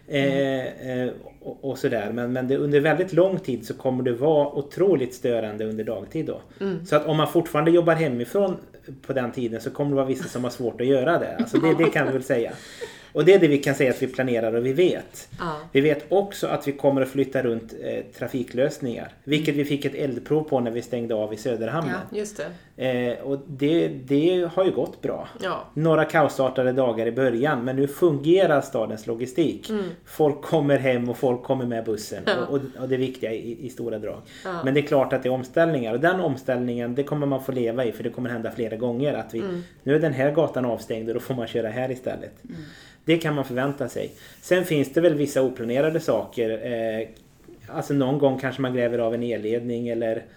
Mm. Eh, och, och sådär. Men, men det, under väldigt lång tid så kommer det vara otroligt störande under dagtid då. Mm. Så att om man fortfarande jobbar hemifrån på den tiden så kommer det vara vissa som har svårt att göra det. Alltså det, det kan vi väl säga. Och det är det vi kan säga att vi planerar och vi vet. Ja. Vi vet också att vi kommer att flytta runt eh, trafiklösningar. Vilket mm. vi fick ett eldprov på när vi stängde av i Söderhamnen. Ja, just det. Eh, och det, det har ju gått bra. Ja. Några kaosartade dagar i början. Men nu fungerar stadens logistik. Mm. Folk kommer hem och folk kommer med bussen. Ja. Och, och det är viktiga i, i stora drag. Ja. Men det är klart att det är omställningar. Och den omställningen, det kommer man få leva i. För det kommer hända flera gånger. Att vi, mm. nu är den här gatan avstängd och då får man köra här istället. Mm. Det kan man förvänta sig. Sen finns det väl vissa oplanerade saker. Eh, alltså någon gång kanske man gräver av en elledning eller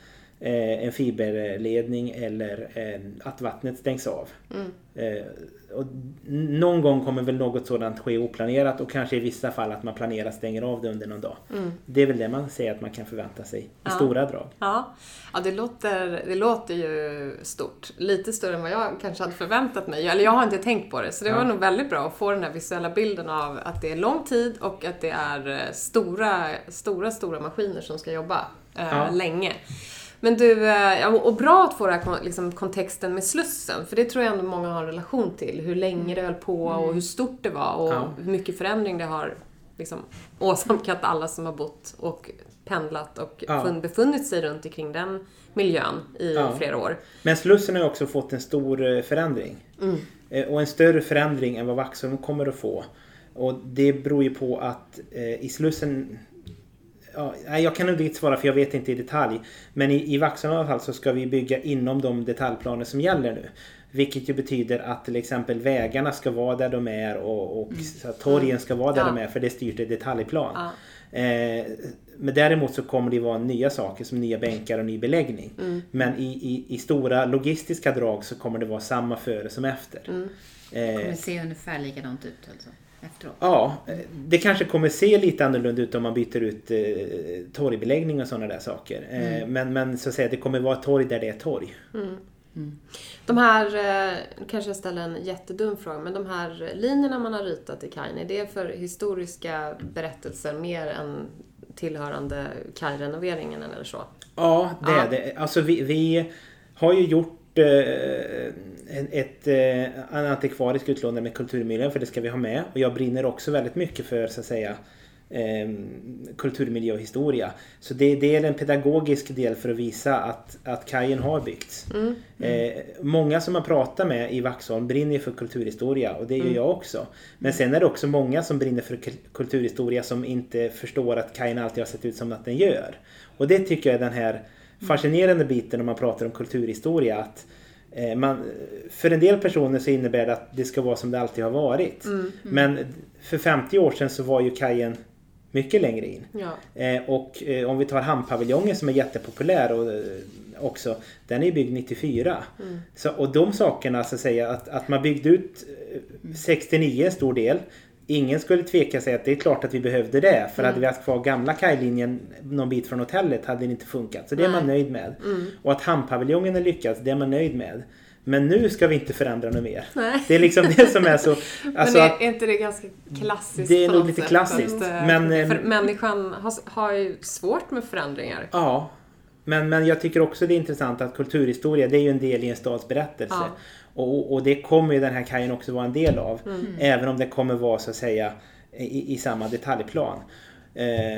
en fiberledning eller att vattnet stängs av. Mm. Och någon gång kommer väl något sådant ske oplanerat och kanske i vissa fall att man planerar stänger av det under någon dag. Mm. Det är väl det man säger att man kan förvänta sig i ja. stora drag. Ja, ja det, låter, det låter ju stort. Lite större än vad jag kanske hade förväntat mig. Eller jag har inte tänkt på det. Så det ja. var nog väldigt bra att få den här visuella bilden av att det är lång tid och att det är stora, stora, stora maskiner som ska jobba eh, ja. länge. Men du, och bra att få den här liksom, kontexten med Slussen. För det tror jag ändå många har en relation till. Hur länge det höll på och hur stort det var. Och ja. hur mycket förändring det har liksom, åsamkat alla som har bott och pendlat och ja. befunnit sig runt omkring den miljön i ja. flera år. Men Slussen har också fått en stor förändring. Mm. Och en större förändring än vad Vaxholm kommer att få. Och det beror ju på att eh, i Slussen... Ja, jag kan nog inte svara för jag vet inte i detalj. Men i, i Vaxholm i alla fall så ska vi bygga inom de detaljplaner som gäller nu. Vilket ju betyder att till exempel vägarna ska vara där de är och, och mm. så torgen ska vara där ja. de är för det är styrt i detaljplan. Ja. Eh, men däremot så kommer det vara nya saker som nya bänkar och ny beläggning. Mm. Men i, i, i stora logistiska drag så kommer det vara samma före som efter. Mm. Det kommer eh, se ungefär likadant ut alltså. Efteråt. Ja, det kanske kommer se lite annorlunda ut om man byter ut eh, torgbeläggning och sådana där saker. Mm. Eh, men, men så att säga, det kommer vara ett torg där det är torg. Mm. Mm. De här, eh, kanske jag ställer en jättedum fråga, men de här linjerna man har ritat i kajen, är det för historiska berättelser mer än tillhörande kajrenoveringen eller så? Ja, det ja. är det. Alltså vi, vi har ju gjort ett, en antikvarisk utlåning med kulturmiljön för det ska vi ha med och jag brinner också väldigt mycket för så att säga kulturmiljö och historia så det, det är en pedagogisk del för att visa att, att kajen har byggts. Mm. Mm. Eh, många som man pratar med i Vaxholm brinner för kulturhistoria och det gör mm. jag också men sen är det också många som brinner för kulturhistoria som inte förstår att kajen alltid har sett ut som att den gör och det tycker jag är den här fascinerande biten om man pratar om kulturhistoria att eh, man, för en del personer så innebär det att det ska vara som det alltid har varit. Mm, mm. Men för femtio år sedan så var ju kajen mycket längre in. Ja. Eh, och eh, om vi tar hamnpaviljongen som är jättepopulär och, eh, också, den är byggd nittiofyra. Mm. Så, och de sakerna så att säga att, att man byggde ut eh, sextionio en stor del. Ingen skulle tveka sig att det är klart att vi behövde det. För mm. hade vi haft kvar gamla kajlinjen någon bit från hotellet hade det inte funkat. Så det är Nej. man nöjd med. Mm. Och att hamnpaviljongen är lyckats, det är man nöjd med. Men nu ska vi inte förändra något mer. Nej. Det är liksom det som är så... Alltså, men är, är inte det ganska klassiskt? Det är nog lite klassiskt. Att, men, för människan har, har ju svårt med förändringar. Ja. Men, men jag tycker också det är intressant att kulturhistoria, det är ju en del i en stads berättelse. Ja. Och, och det kommer ju den här kajen också vara en del av. Mm. Även om det kommer vara så att säga i, i samma detaljplan. Eh,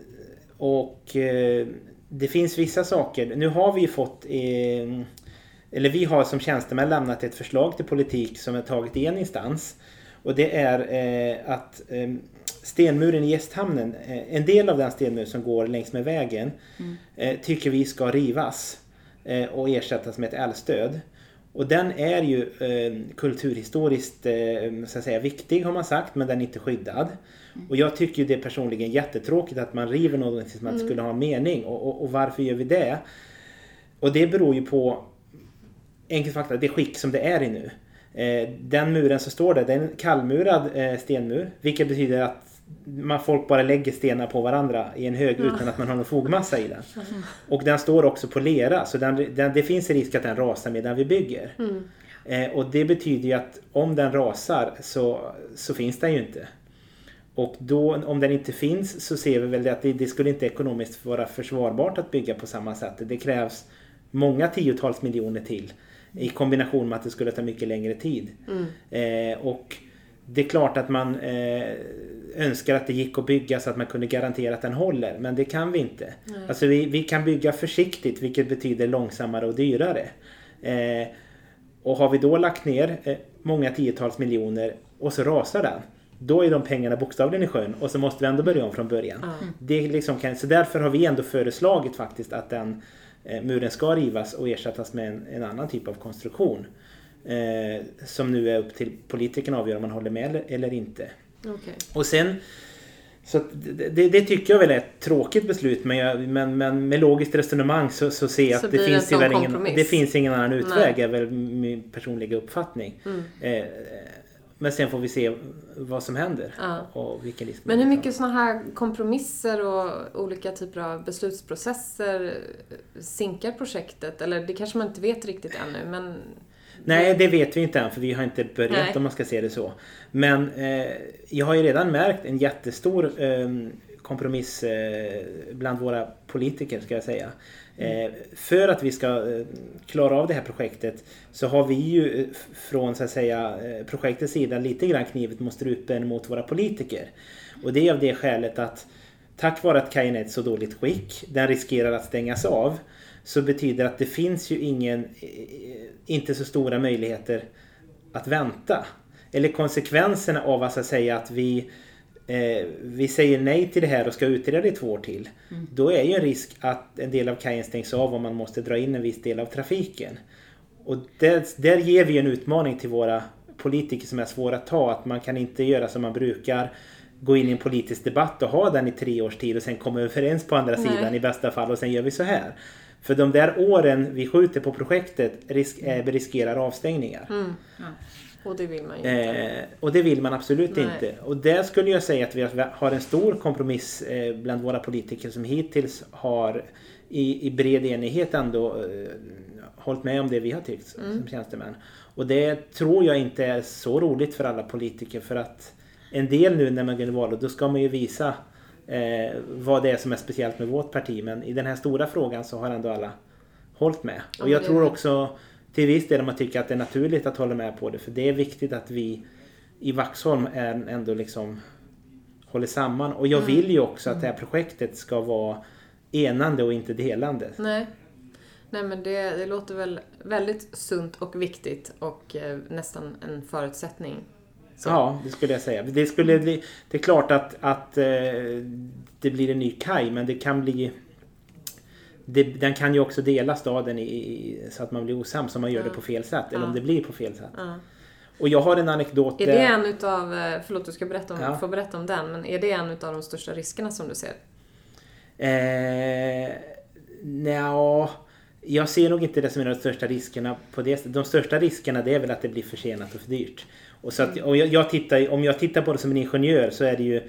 och eh, det finns vissa saker. Nu har vi ju fått... Eh, eller vi har som tjänstemän lämnat ett förslag till politik som är tagit i en instans. Och det är eh, att eh, stenmuren i Gästhamnen, eh, en del av den stenmur som går längs med vägen, mm. eh, tycker vi ska rivas eh, och ersättas med ett älvstöd. Och den är ju eh, kulturhistoriskt eh, så att säga, viktig har man sagt, men den är inte skyddad. Mm. Och jag tycker ju det är personligen jättetråkigt att man river något som man mm. skulle ha en mening. Och, och, och varför gör vi det? Och det beror ju på enkelt fakta, det skick som det är i nu. Eh, den muren som står där, det är en kallmurad eh, stenmur. Vilket betyder att man folk bara lägger stenar på varandra i en hög mm. utan att man har någon fogmassa i den. Mm. Och den står också på lera, så den, den, det finns en risk att den rasar medan vi bygger. Mm. Eh, och det betyder ju att om den rasar så, så finns den ju inte. Och då, om den inte finns så ser vi väl att det, det skulle inte ekonomiskt vara försvarbart att bygga på samma sätt. Det krävs många tiotals miljoner till i kombination med att det skulle ta mycket längre tid. Mm. Eh, och det är klart att man eh, önskar att det gick att bygga så att man kunde garantera att den håller. Men det kan vi inte. Mm. Alltså vi, vi kan bygga försiktigt, vilket betyder långsammare och dyrare. Eh, och har vi då lagt ner eh, många tiotals miljoner och så rasar den, då är de pengarna bokstavligen i sjön och så måste vi ändå börja om från början. Mm. Det liksom kan, så därför har vi ändå föreslagit faktiskt att den eh, muren ska rivas och ersättas med en, en annan typ av konstruktion. Eh, som nu är upp till politikerna att avgöra om man håller med eller, eller inte. Okay. Och sen Så det, det, det tycker jag väl är ett tråkigt beslut, men, jag, men, men med logiskt resonemang så, så ser jag så att det finns, det, ingen, det finns ingen annan utväg, Nej. är väl min personliga uppfattning. Mm. Eh, men sen får vi se vad som händer. Ja. Och vilken risk men hur mycket såna här kompromisser och olika typer av beslutsprocesser sinkar projektet? Eller det kanske man inte vet riktigt ännu, men... Nej, det vet vi inte än, för vi har inte börjat Nej. om man ska se det så. Men eh, jag har ju redan märkt en jättestor eh, kompromiss eh, bland våra politiker, ska jag säga. Eh, för att vi ska eh, klara av det här projektet så har vi ju eh, från så att säga eh, projektets sida lite grann knivet mot strupen mot våra politiker. Och det är av det skälet att tack vare att kajen är ett så dåligt skick, den riskerar att stängas av, så betyder att det finns ju ingen, inte så stora möjligheter att vänta. Eller konsekvenserna av att, så att säga att vi, eh, vi säger nej till det här och ska utreda det i två år till. Mm. Då är ju en risk att en del av kajen stängs av och man måste dra in en viss del av trafiken. Och där, där ger vi en utmaning till våra politiker som är svåra att ta. Att man kan inte göra som man brukar, gå in i en politisk debatt och ha den i tre års tid och sen komma överens på andra Nej. sidan i bästa fall och sen gör vi så här. För de där åren vi skjuter på projektet risk, eh, riskerar avstängningar. Mm. Ja. Och det vill man ju inte. Eh, och det vill man absolut Nej. inte. Och där skulle jag säga att vi har en stor kompromiss eh, bland våra politiker som hittills har i, i bred enighet ändå eh, hållit med om det vi har tyckt mm. som tjänstemän. Och det tror jag inte är så roligt för alla politiker, för att en del nu när man går i val, då ska man ju visa eh, vad det är som är speciellt med vårt parti. Men i den här stora frågan så har ändå alla hållit med. Och jag tror också till viss del att man tycker att det är naturligt att hålla med på det. För det är viktigt att vi i Vaxholm är ändå liksom håller samman. Och jag mm. vill ju också att det här projektet ska vara enande och inte delande. Nej. Nej, men det, det låter väl väldigt sunt och viktigt och eh, nästan en förutsättning. Så. Ja, det skulle jag säga. Det, skulle bli, det är klart att, att eh, det blir en ny kaj, men det kan bli... Det, den kan ju också dela staden i, i, så att man blir osams om man gör ja. det på fel sätt. Eller ja. om det blir på fel sätt. Ja. Och jag har en anekdot... Är det en utav... Förlåt, du ska berätta om, ja. få berätta om den. Men är det en utav de största riskerna som du ser? Eh, nja, jag ser nog inte det som är de största riskerna på det. De största riskerna det är väl att det blir försenat och för dyrt. Och så att, och jag, jag tittar, om jag tittar på det som en ingenjör så är det ju...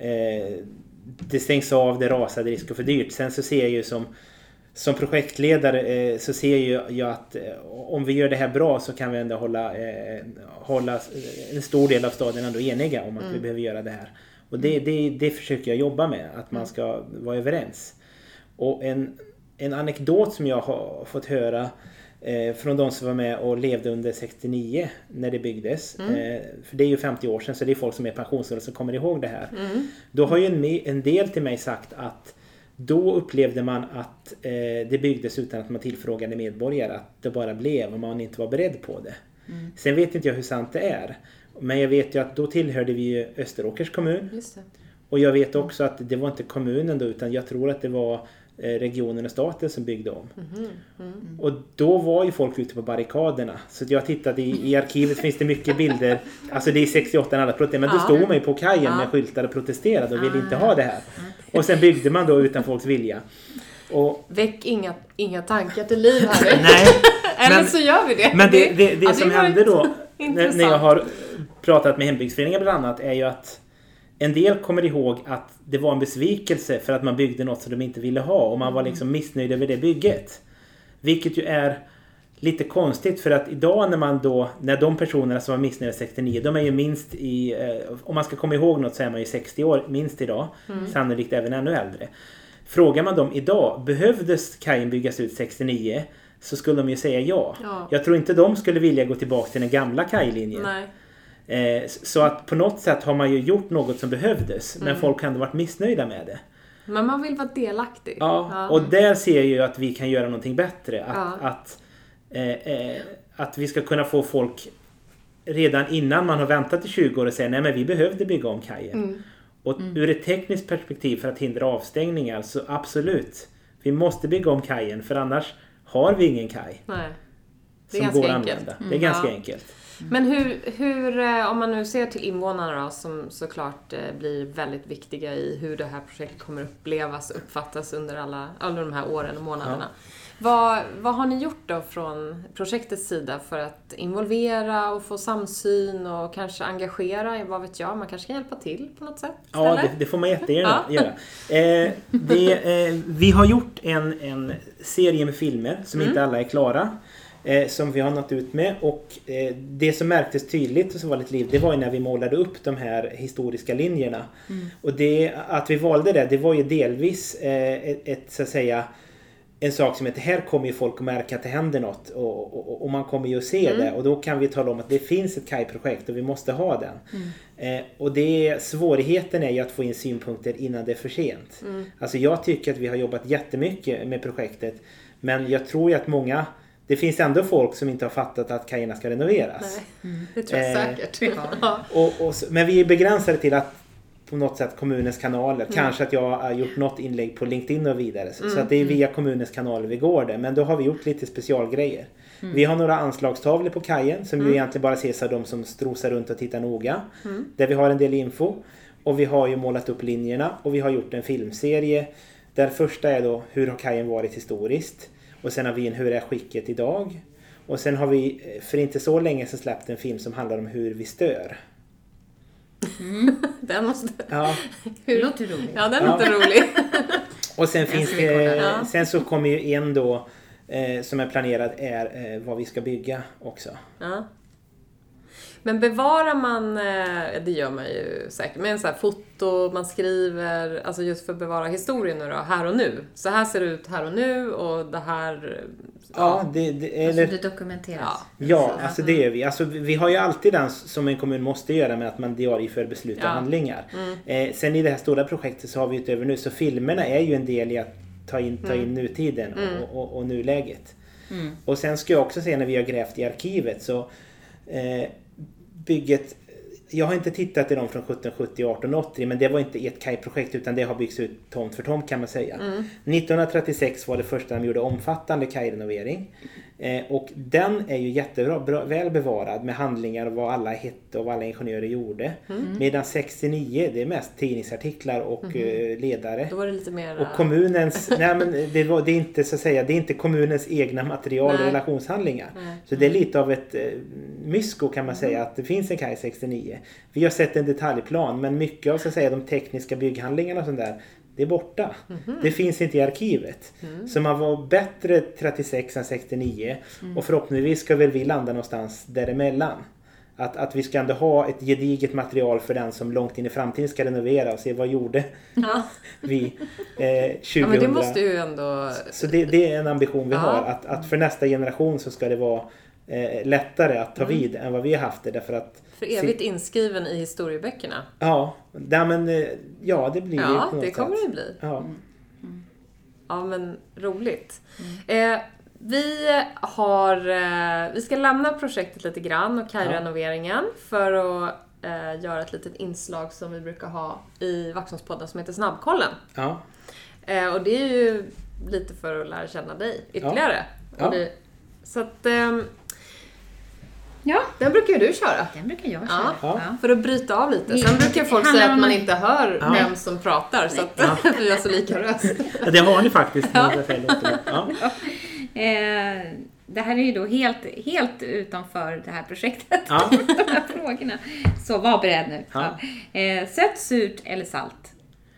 Eh, det stängs av, det rasar, det risk och för dyrt. Sen så ser jag ju som... Som projektledare eh, så ser jag, jag att eh, om vi gör det här bra så kan vi ändå hålla, eh, hålla en stor del av staden ändå eniga om att mm. vi behöver göra det här. Och det, det, det försöker jag jobba med, att man ska vara överens. Och en, en anekdot som jag har fått höra eh, från de som var med och levde under sextionio när det byggdes. Mm. Eh, för det är ju femtio år sedan, så det är folk som är pensionsåldern som kommer ihåg det här. Mm. Då har ju en, en del till mig sagt att då upplevde man att eh, det byggdes utan att man tillfrågade medborgare, att det bara blev och man inte var beredd på det. Mm. Sen vet inte jag hur sant det är. Men jag vet ju att då tillhörde vi ju Österåkers kommun. Just det. Och jag vet också att det var inte kommunen då, utan jag tror att det var eh, regionen och staten som byggde om. Mm. Mm. Och då var ju folk ute på barrikaderna. Så jag tittade i, i arkivet finns det mycket bilder. Alltså det är sextioåtta när alla protesterade. Men då stod man ju på kajen ja. med skyltar och protesterade och ville inte ha det här. Och sen byggde man då utan folks vilja. Och, väck inga, inga tankar till liv här. Nej, Eller men, så gör vi det. Men det, det, det, det ja, som det hände då när, när jag har pratat med hembygdsföreningar bland annat är ju att en del kommer ihåg att det var en besvikelse för att man byggde något som de inte ville ha. Och man var liksom missnöjd över det bygget. Vilket ju är lite konstigt, för att idag när man då, när de personerna som var missnöjda sextionio, de är ju minst i, eh, om man ska komma ihåg något så är man ju sextio år minst idag. Mm. Sannolikt även ännu äldre. Frågar man dem idag, behövdes kajen byggas ut sextionio? Så skulle de ju säga ja. ja. Jag tror inte de skulle vilja gå tillbaka till den gamla kajlinjen. Nej. Eh, så att på något sätt har man ju gjort något som behövdes. Mm. Men folk har ändå varit missnöjda med det. Men man vill vara delaktig. Ja, ja. Och där ser jag ju att vi kan göra någonting bättre. Att, ja. att, eh, eh, att vi ska kunna få folk redan innan man har väntat i tjugo år och säga nej men vi behövde bygga om kajen. Mm. Och mm. ur ett tekniskt perspektiv för att hindra avstängningar så absolut. Vi måste bygga om kajen för annars har vi ingen kaj. Nej. Det är som ganska går att enkelt. använda. Mm. Det är ganska ja. enkelt. Men hur, hur, om man nu ser till invånarna då, som såklart blir väldigt viktiga i hur det här projektet kommer upplevas, uppfattas under alla, alla de här åren och månaderna. Ja. Vad, vad har ni gjort då från projektets sida för att involvera och få samsyn och kanske engagera? Vad vet jag, man kanske kan hjälpa till på något sätt? Ja, det, det får man jättegärna ja. göra. Eh, det, eh, vi har gjort en, en serie med filmer som mm. inte alla är klara. Eh, som vi har nått ut med. Och eh, det som märktes tydligt och som var lite liv, det var ju när vi målade upp de här historiska linjerna. Mm. Och det, att vi valde det, det var ju delvis eh, ett, ett så att säga en sak som heter, här kommer ju folk att märka att det händer något och, och, och man kommer ju att se mm. det och då kan vi tala om att det finns ett kajprojekt och vi måste ha den. Mm. Eh, och det, svårigheten är ju att få in synpunkter innan det är för sent. Mm. Alltså jag tycker att vi har jobbat jättemycket med projektet, men jag tror ju att många, det finns ändå folk som inte har fattat att kajerna ska renoveras. Nej, mm. det tror jag eh, säkert. Ja. och, och, men vi är begränsade till att på något sätt kommunens kanaler. Mm. Kanske att jag har gjort något inlägg på LinkedIn och vidare. Så, mm. så att det är via kommunens kanaler vi går det. Men då har vi gjort lite specialgrejer. Mm. Vi har några anslagstavlor på kajen som mm. ju egentligen bara ses av de som strosar runt och tittar noga. Mm. Där vi har en del info. Och vi har ju målat upp linjerna och vi har gjort en filmserie. Där första är då, hur har kajen varit historiskt? Och sen har vi en, hur är skicket idag? Och sen har vi för inte så länge så släppt en film som handlar om hur vi stör. Mm. Den måste... Ja. Hur låter roligt? Ja, den låter ja. rolig. Och sen finns det... Ja. Sen så kommer ju en då eh, som är planerad är eh, vad vi ska bygga också. Ja. Men bevarar man, eh, det gör man ju säkert, men så här foto, man skriver, alltså just för att bevara historien nu då, här och nu. Så här ser det ut här och nu och det här... Ja, ja det, det, eller, alltså det dokumenteras. Ja, ja alltså det gör vi. Alltså vi har ju alltid den som en kommun måste göra med att man diarieför beslut och ja. handlingar. Mm. Eh, sen i det här stora projektet så har vi utöver nu, så filmerna är ju en del i att ta in, ta in mm. nutiden mm. och, och, och nuläget. Mm. Och sen ska jag också säga när vi har grävt i arkivet så... Eh, bygget, jag har inte tittat i dem från sjutton sjuttio och arton åttio, men det var inte ett kajprojekt utan det har byggts ut tomt för tomt kan man säga. Mm. nittonhundratrettiosex var det första de gjorde omfattande kajrenovering. Eh, och den är ju jättebra, bra, väl bevarad med handlingar och vad alla hette och vad alla ingenjörer gjorde. Mm. Medan sextionio, det är mest tidningsartiklar och mm. eh, ledare. Då var det lite mer... Och kommunens, nej men det, var, det är inte så att säga, det är inte kommunens egna material nej. och relationshandlingar. Nej. Så det är lite av ett eh, mysko kan man mm. säga att det finns en kaj sextionio. Vi har sett en detaljplan men mycket av så att säga de tekniska bygghandlingarna och sånt där, det är borta. Mm-hmm. Det finns inte i arkivet. Mm. Så man var bättre trettiosex än sextionio. Mm. Och förhoppningsvis ska väl vi landa någonstans däremellan. Att, att vi ska ändå ha ett gediget material för den som långt in i framtiden ska renovera och se vad gjorde ja. vi eh, tjugohundra. Ja, men det måste ju ändå... Så det, det är en ambition vi ja. har. Att, att för nästa generation så ska det vara eh, lättare att ta mm. vid än vad vi har haft det. Därför att för evigt inskriven i historieböckerna. Ja, där, men, ja det blir ja, det. Ja, det kommer sätt. det bli. Ja. Mm. Mm. Ja, men roligt. Mm. Eh, vi har, eh, vi ska lämna projektet lite grann och kajrenoveringen ja. för att eh, göra ett litet inslag som vi brukar ha i Vaxholmspodden som heter Snabbkollen. Ja. Eh, och det är ju lite för att lära känna dig ytterligare. Ja. Och det, så att... Eh, Ja, den brukar ju du köra. Den brukar jag köra. Ja, ja. För att bryta av lite. Sen brukar folk säga att man inte hör ja. vem som pratar. Så att ja. vi har så lika röst. Ja, det har ni faktiskt. Ja. Ja. Ja. Eh, det här är ju då helt, helt utanför det här projektet. Ja. De här frågorna. Så var beredd nu. Ja. Ja. Eh, sött, surt eller salt?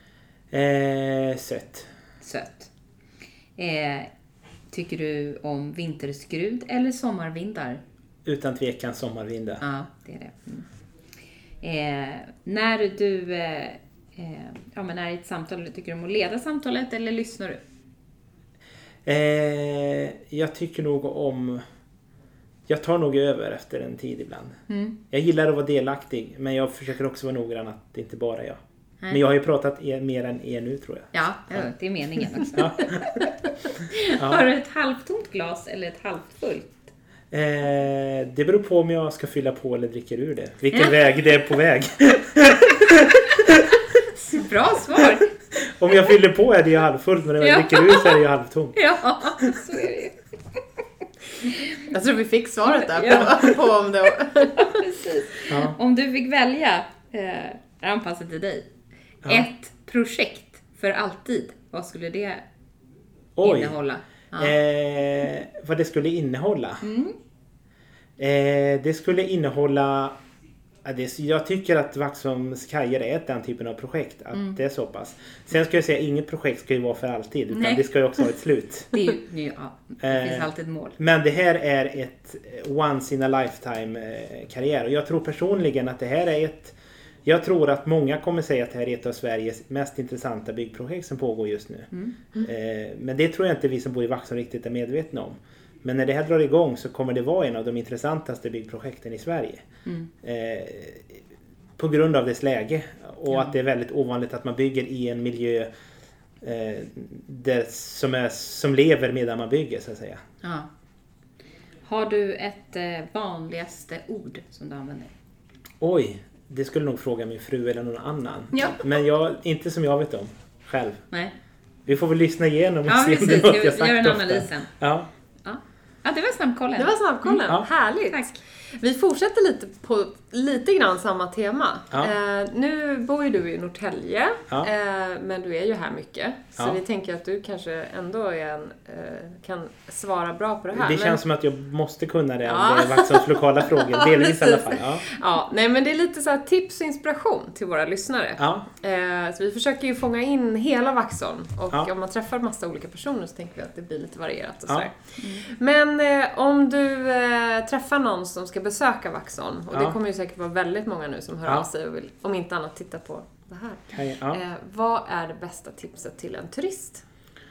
Eh, sött. Sött. Eh, tycker du om vinterskrud eller sommarvindar? Utan tvekan sommarvindar. Ja, det är det. Mm. Eh, när du eh, eh, ja, men är i ett samtal, tycker du om att leda samtalet eller lyssnar du? Eh, jag tycker nog om... Jag tar nog över efter en tid ibland. Mm. Jag gillar att vara delaktig, men jag försöker också vara noggrann att det inte bara är jag. Nej. Men jag har ju pratat er, mer än er nu tror jag. Ja, ja. Det är meningen också. Ja. Ja. Har du ett halvtomt glas eller ett halvfullt? Eh, det beror på om jag ska fylla på eller dricker ur det. Vilken ja. väg det är på väg. Bra svar. Om jag fyller på är det ju halvfullt, men om jag ja. dricker ur så är det ju halvtomt. Ja, så är det ju. Jag tror vi fick svaret där Ja. på, på om det. Precis. Ja. Om du fick välja, eh, anpassat till dig, Ja. ett projekt för alltid, vad skulle det Oj. innehålla? Ja. Eh, vad det skulle innehålla? Mm. Eh, det skulle innehålla... Ja, det, jag tycker att Vaxholms kajer är den typen av projekt. Att Mm. det är så pass. Sen ska jag säga, inget projekt ska ju vara för alltid. Utan Nej. det ska ju också ha ett slut. Det, är ju, det, är ju- ja, det finns Eh, alltid ett mål. Men det här är ett once in a lifetime eh, karriär. Och jag tror personligen att det här är ett... Jag tror att många kommer säga att det här är ett av Sveriges mest intressanta byggprojekt som pågår just nu. Mm. Eh, men det tror jag inte vi som bor i Vaxholm riktigt är medvetna om. Men när det här drar igång så kommer det vara en av de intressantaste byggprojekten i Sverige. Mm. Eh, på grund av dess läge. Och Ja. att det är väldigt ovanligt att man bygger i en miljö eh, där, som, är, som lever medan man bygger, så att säga. Ja. Har du ett eh, vanligaste ord som du använder? Oj, det skulle nog fråga min fru eller någon annan. Ja. Men jag, inte som jag vet om själv. Nej. Vi får väl lyssna igenom och Ja, se om precis. det är något Vi jag sagt gör en ofta. analys sen. Ja. Ja. Ja, det var snabbkollen. Det var snabbkollen. Ja. Härligt. Tack. Vi fortsätter lite på lite grann samma tema. Ja. Eh, nu bor ju du i Norrtälje, Ja. eh, men du är ju här mycket. Så Ja. vi tänker att du kanske ändå är en, eh, kan svara bra på det här. Det men, känns som att jag måste kunna det om Ja. det är Vaxholms lokala frågor. Delvis i alla fall. Ja. Ja, nej men det är lite så här tips och inspiration till våra lyssnare. Ja. Eh, så vi försöker ju fånga in hela Vaxholm. Och Ja. om man träffar massa olika personer så tänker vi att det blir lite varierat och Ja. sådär. Men eh, om du eh, träffar någon som ska besöka Vaxholm, och Ja. det kommer ju säkert vara väldigt många nu som hör Ja. av sig och vill, om inte annat, titta på det här. Kan jag, ja. Eh, vad är det bästa tipset till en turist?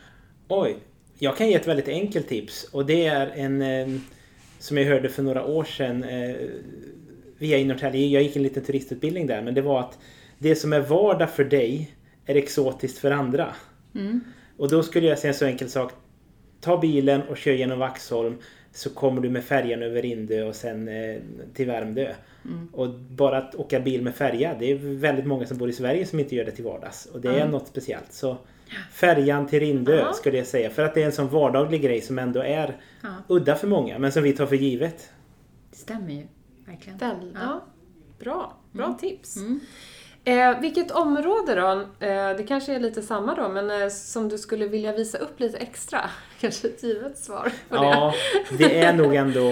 Oj, jag kan ge ett väldigt enkelt tips. Och det är en eh, som jag hörde för några år sedan eh, via i Norrtälje. Jag gick en liten turistutbildning där. Men det var att det som är vardag för dig är exotiskt för andra. Mm. Och då skulle jag säga en så enkel sak. Ta bilen och kör genom Vaxholm, så kommer du med färjan över Rindö och sen eh, till Värmdö. Mm. Och bara att åka bil med färja, det är väldigt många som bor i Sverige som inte gör det till vardags. Och det är Mm. något speciellt. Så färjan till Rindö Ja. skulle jag säga. För att det är en sån vardaglig grej som ändå är Ja, udda för många, men som vi tar för givet. det stämmer ju. Verkligen. Väl, ja. Ja. Bra, bra tips. Mm. Eh, vilket område då? Eh, det kanske är lite samma då, men eh, som du skulle vilja visa upp lite extra? Kanske ett givet svar på Ja, det är nog ändå...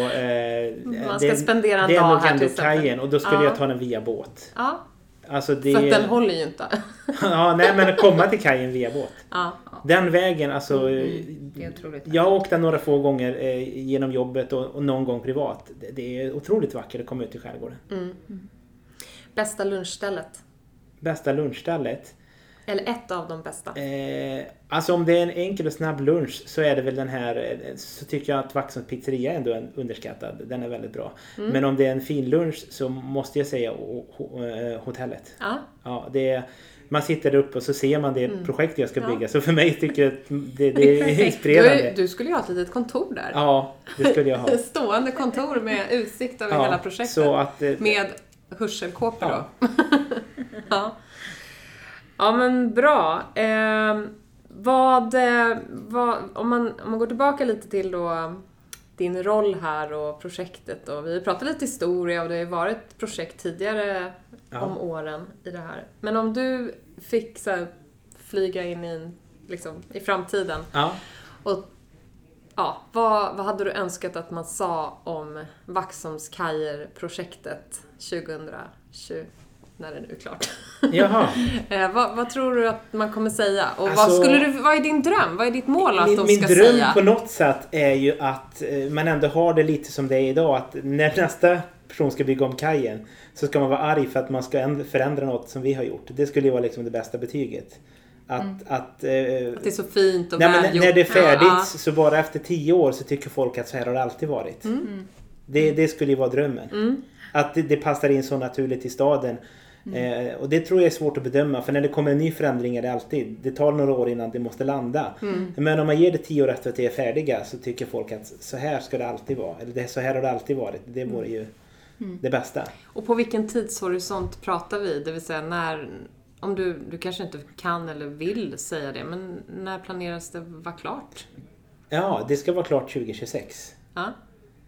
Eh, Man ska det, spendera en det är dag nog här ändå till exempel. kajen, och då skulle Ja. jag ta den via båt. Ja, Alltså det... för att den håller ju inte. ja, nej, men att komma till kajen via båt. Ja. Den vägen, alltså... Det är otroligt. Jag har åkt den några få gånger eh, genom jobbet och, och någon gång privat. Det, det är otroligt vackert att komma ut i skärgården. Mm. Bästa lunchstället? Bästa lunchstället. Eller ett av de bästa? Eh, alltså om det är en enkel och snabb lunch så är det väl den här, eh, så tycker jag att Vaxholms pizzeria är ändå en underskattad. Den är väldigt bra. Mm. Men om det är en fin lunch så måste jag säga ho, ho, eh, hotellet. Ja. Ja, det är, man sitter där uppe och så ser man det Mm. projekt jag ska Ja. bygga. Så för mig tycker jag att det, det är Du, inspirerande. du skulle ju ha ett litet kontor där. Ja, det skulle jag ha. Stående kontor med utsikt över Ja, hela projektet. så att, eh, Med hörselkåpor Ja. då. ja. Ja men bra. Eh, vad, eh, vad, om, man, om man går tillbaka lite till då din roll här och projektet. Och vi har pratat lite historia och det har ju varit projekt tidigare Ja. om åren i det här. Men om du fick så här, flyga in i, en, liksom, i framtiden. Ja. Och ja, vad, vad hade du önskat att man sa om Vaxholms kajer-projektet tjugohundratjugo, när det nu är klart? Jaha. eh, vad, vad tror du att man kommer säga? Och Alltså- vad, skulle du, vad är din dröm? Vad är ditt mål att Min, de min ska dröm säga? på något sätt är ju att eh, man ändå har det lite som det är idag. Att när nästa person ska bygga om kajen så ska man vara arg för att man ska änd- förändra något som vi har gjort. Det skulle ju vara liksom det bästa betyget. Att, Mm. att, eh, Att det är så fint och nej, men välgjort. när det är färdigt Ja, så bara efter tio år så tycker folk att så här har det alltid varit. Mm. Det, det skulle ju vara drömmen. Mm. Att det, det passar in så naturligt i staden. Mm. Eh, och det tror jag är svårt att bedöma. För när det kommer en ny förändring är det alltid. Det tar några år innan det måste landa. Mm. Men om man ger det tio år efter att det är färdiga så tycker folk att så här ska det alltid vara. Eller det, så här har det alltid varit. Det vore ju Mm. det bästa. Och på vilken tidshorisont pratar vi? Det vill säga när, om du, du kanske inte kan eller vill säga det, men när planeras det vara klart? Ja, det ska vara klart tjugo tjugosex. Ja.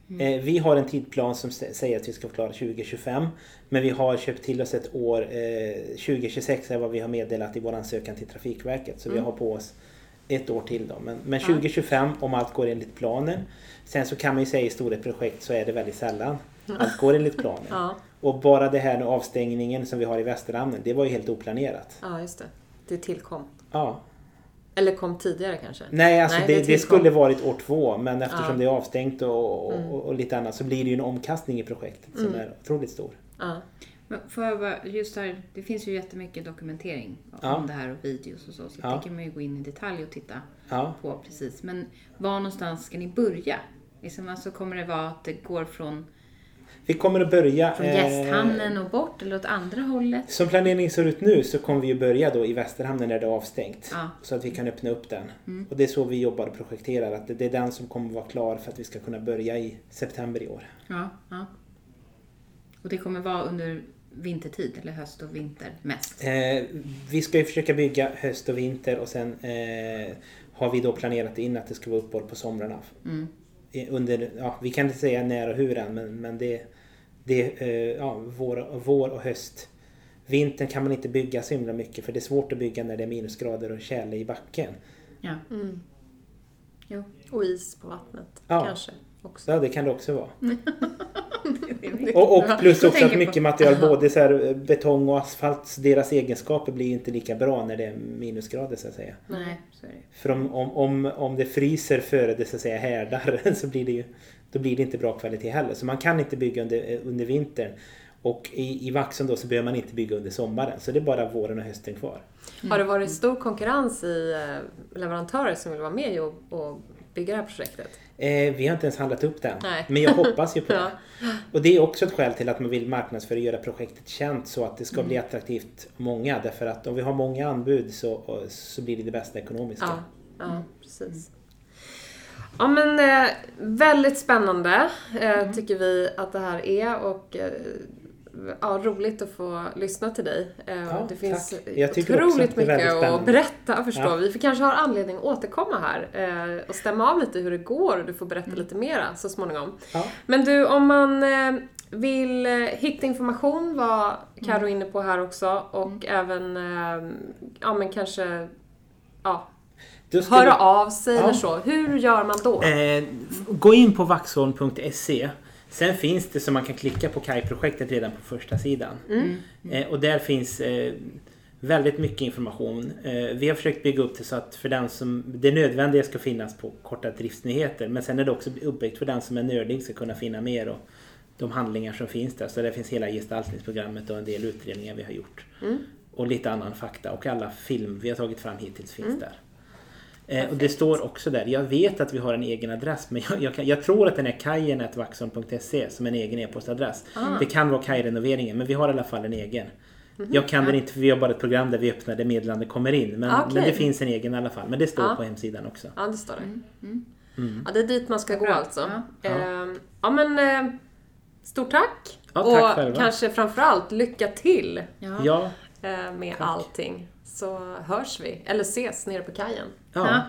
Mm. Eh, vi har en tidplan som säger att vi ska klara tjugo tjugofem. Men vi har köpt till oss ett år, eh, tjugo tjugosex är vad vi har meddelat i vår ansökan till Trafikverket. Så mm. vi har på oss ett år till då. Men, men tjugo tjugofem om allt går enligt planen. Sen så kan man ju säga i stora projekt så är det väldigt sällan allt går enligt planen. Ja. Och bara det här med avstängningen som vi har i Västerhamnen, det var ju helt oplanerat. Ja, just det. Det tillkom. Ja. Eller kom tidigare kanske? Nej, alltså Nej, det, det, det skulle varit år två. Men eftersom ja. det är avstängt och, och, mm. och lite annat så blir det ju en omkastning i projektet som mm. är otroligt stor. Ja. Men får jag bara, just här, det finns ju jättemycket dokumentering ja. om det här och videos och så. Så ja. det kan man ju gå in i detalj och titta ja. på precis. Men var någonstans ska ni börja? Liksom, alltså kommer det vara att det går från... Vi kommer att börja... Från gästhamnen och bort eller åt andra hållet? Som planeringen ser ut nu så kommer vi att börja då i Västerhamnen när det är avstängt. Ja. Så att vi kan öppna upp den. Mm. Och det är så vi jobbar och projekterar. Att det är den som kommer att vara klar för att vi ska kunna börja i september i år. Ja, ja. Och det kommer vara under vintertid eller höst och vinter mest? Eh, vi ska ju försöka bygga höst och vinter och sen eh, har vi då planerat in att det ska vara uppehåll på somrarna. Mm. Under, ja, vi kan inte säga när och hur än, men, men det, det eh, ja, vår, vår och höst. Vintern kan man inte bygga så himla mycket för det är svårt att bygga när det är minusgrader och tjäle i backen. Ja. Mm. Jo. Och is på vattnet ja. kanske också. Ja, det kan det också vara. och, och plus också att mycket på. material, både så här, betong och asfalt, deras egenskaper blir inte lika bra när det är minusgrader så att säga. Nej, så är det. För om, om, om, om det fryser före det så att säga härdar så blir det ju, då blir det inte bra kvalitet heller. Så man kan inte bygga under, under vintern. Och i, i Vaxholm då så behöver man inte bygga under sommaren. Så det är bara våren och hösten kvar. Mm. Har det varit stor konkurrens i leverantörer som vill vara med i och, och bygga det här projektet? Eh, vi har inte ens handlat upp den. Nej. Men jag hoppas ju på ja. det. Och det är också ett skäl till att man vill marknadsföra och göra projektet känt så att det ska mm. bli attraktivt många. Därför att om vi har många anbud så, så blir det det bästa ekonomiska. Ja, ja precis. Ja men eh, väldigt spännande eh, mm. tycker vi att det här är och eh, ja, roligt att få lyssna till dig. Eh, ja, det finns otroligt mycket att berätta förstår ja. vi. För kanske har anledning att återkomma här eh, och stämma av lite hur det går och du får berätta mm. lite mera så småningom. Ja. Men du, om man eh, vill eh, hitta information var Karo mm. inne på här också och mm. även eh, ja men kanske ja höra du... av sig ja. eller så. Hur gör man då? Eh, gå in på vaxholm punkt se. Sen finns det så man kan klicka på K A I-projektet redan på första sidan. Mm. Eh, och där finns eh, väldigt mycket information. Eh, vi har försökt bygga upp det så att för den som det nödvändiga ska finnas på korta driftsnyheter. Men sen är det också uppbyggt för den som är nördig ska kunna finna mer och de handlingar som finns där. Så där finns hela gestaltningsprogrammet och en del utredningar vi har gjort. Mm. Och lite annan fakta och alla film vi har tagit fram hittills finns mm. där. Eh, och det står också där. Jag vet att vi har en egen adress. Men jag, jag, kan, jag tror att den är kajen at vaxholm punkt se som en egen e-postadress. Ah. Det kan vara Kaj-renoveringen. Men vi har i alla fall en egen. Mm-hmm. Jag kan den inte för vi har bara ett program där vi öppnar där meddelande kommer in. Men, ah, okay. men det finns en egen i alla fall. Men det står ah. på hemsidan också. Ja, det står det. Mm. Mm. Mm. Ja, det är dit man ska gå alltså. Ja, ja. Eh, ja men eh, stort tack. Ja, tack och själva. kanske framförallt lycka till ja. Ja. Eh, med tack. allting. Så hörs vi. Eller ses nere på kajen. Ja. ja.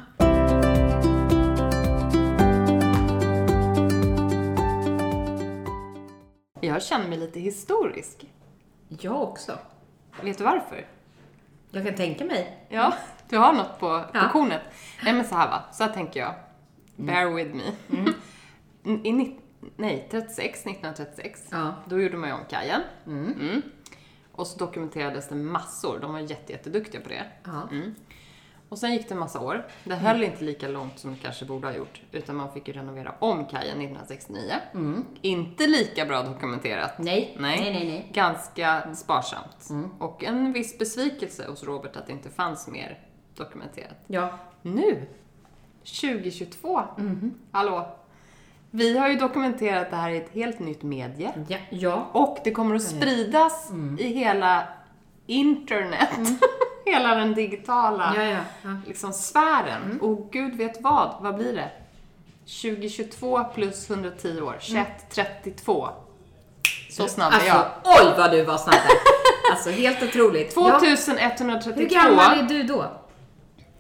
Jag känner mig lite historisk. Jag också. Vet du varför? Jag kan tänka mig. Ja, du har något på, ja. på kornet. Nej men så här va, så här tänker jag. Bear with me. Mm. I nej, trettiosex, nittonhundratrettiosex, ja. då gjorde man ju om kajen. Mm. Mm. Och så dokumenterades det massor. De var jätte, jätteduktiga på det. Ja. Mm. Och sen gick det en massa år. Det höll mm. inte lika långt som det kanske borde ha gjort. Utan man fick ju renovera om kajen nittonhundrasextionio. Mm. Inte lika bra dokumenterat. Nej, nej, nej. nej. nej. Ganska mm. sparsamt. Mm. Och en viss besvikelse hos Robert att det inte fanns mer dokumenterat. Ja. Nu, tjugo tjugotvå, Mm. hallå. Vi har ju dokumenterat det här i ett helt nytt medie. Ja. ja. Och det kommer att spridas mm. i hela internet. Mm. Hela den digitala ja, ja, ja. Liksom, sfären. Mm. Och gud vet vad, vad blir det? tjugo tjugotvå plus hundratio år. tjugoett trettiotvå. Så snabb är alltså, jag. Oj vad du var snabb där. Alltså helt otroligt. tjugoetthundratrettiotvå. Hur gammal är du då?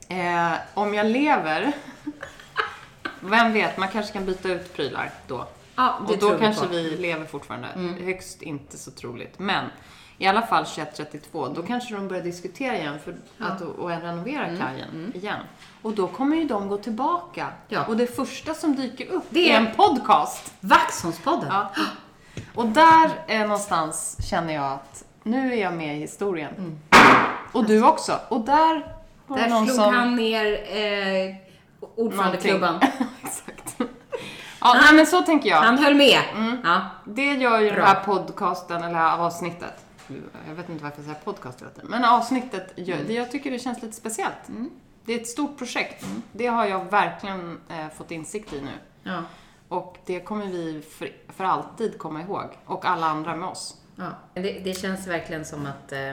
Eh, om jag lever... Vem vet, man kanske kan byta ut prylar då. Ja, det och då tror vi kanske på. vi lever fortfarande. Mm. Högst inte så troligt. Men i alla fall tjugoett trettiotvå, då kanske de börjar diskutera igen för att och, och renovera Mm. kajen Mm. igen. Och då kommer ju de gå tillbaka. Ja. Och det första som dyker upp Det är är en podcast. Vaxholmspodden. Ja. Och där är någonstans känner jag att nu är jag med i historien. Mm. Och du också. Och där var det Där någon slog som... han ner eh, ordförandeklubban. Exakt. Ja, nej, men så tänker jag. Han höll med. Mm. Ja. Det gör ju Bra. den här podcasten, eller här avsnittet. Jag vet inte varför jag säger podcast hela tiden. Men avsnittet, gör, det, jag tycker det känns lite speciellt. Mm. Det är ett stort projekt. Mm. Det har jag verkligen eh, fått insikt i nu. Ja. Och det kommer vi för, för alltid komma ihåg. Och alla andra med oss. Ja. Det, det känns verkligen som att eh,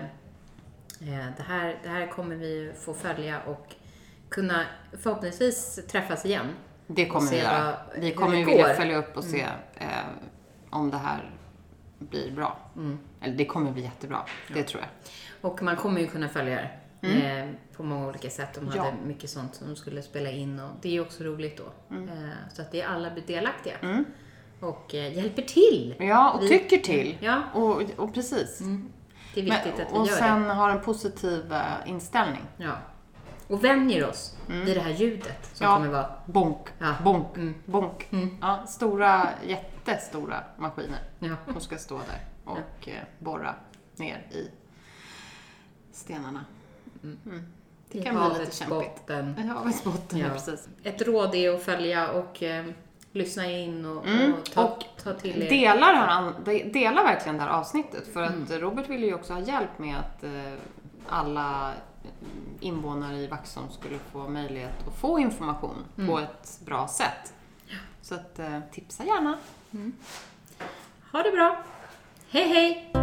det, här, det här kommer vi få följa och kunna förhoppningsvis träffas igen. Det kommer vi göra. vad- Vi hur kommer det ju vilja går. följa upp och se eh, om det här blir bra. Mm. Eller det kommer bli jättebra. Det tror jag. Och man kommer ju kunna följa det Mm. eh, på många olika sätt. De hade Ja. mycket sånt som de skulle spela in och det är ju också roligt då. Mm. Eh, så att det är alla blir delaktiga Mm. och eh, hjälper till. Ja, och Vi- tycker till. Ja, Och, och precis. mm. det är viktigt Men, att vi och gör sen det. har en positiv eh, inställning. Ja. Och vänjer oss Mm. vid det här ljudet som Ja. kommer vara... Bonk, Ja. bonk, Mm. bonk. Mm. Ja, stora, jättestora maskiner Ja. som ska stå där och eh, borra ner i stenarna. Mm. Det I kan bli lite havets kämpigt. botten. I havets botten, ja. Ja. Precis. Ett råd är att följa och eh, lyssna in och, Mm. och, ta, Och ta till er. Delar, han, de- delar verkligen det här avsnittet. För att Mm. Robert ville ju också ha hjälp med att eh, alla invånare i Vaxholm skulle få möjlighet att få information Mm. på ett bra sätt. Så att, eh, tipsa gärna. Ha det bra. Hej hej!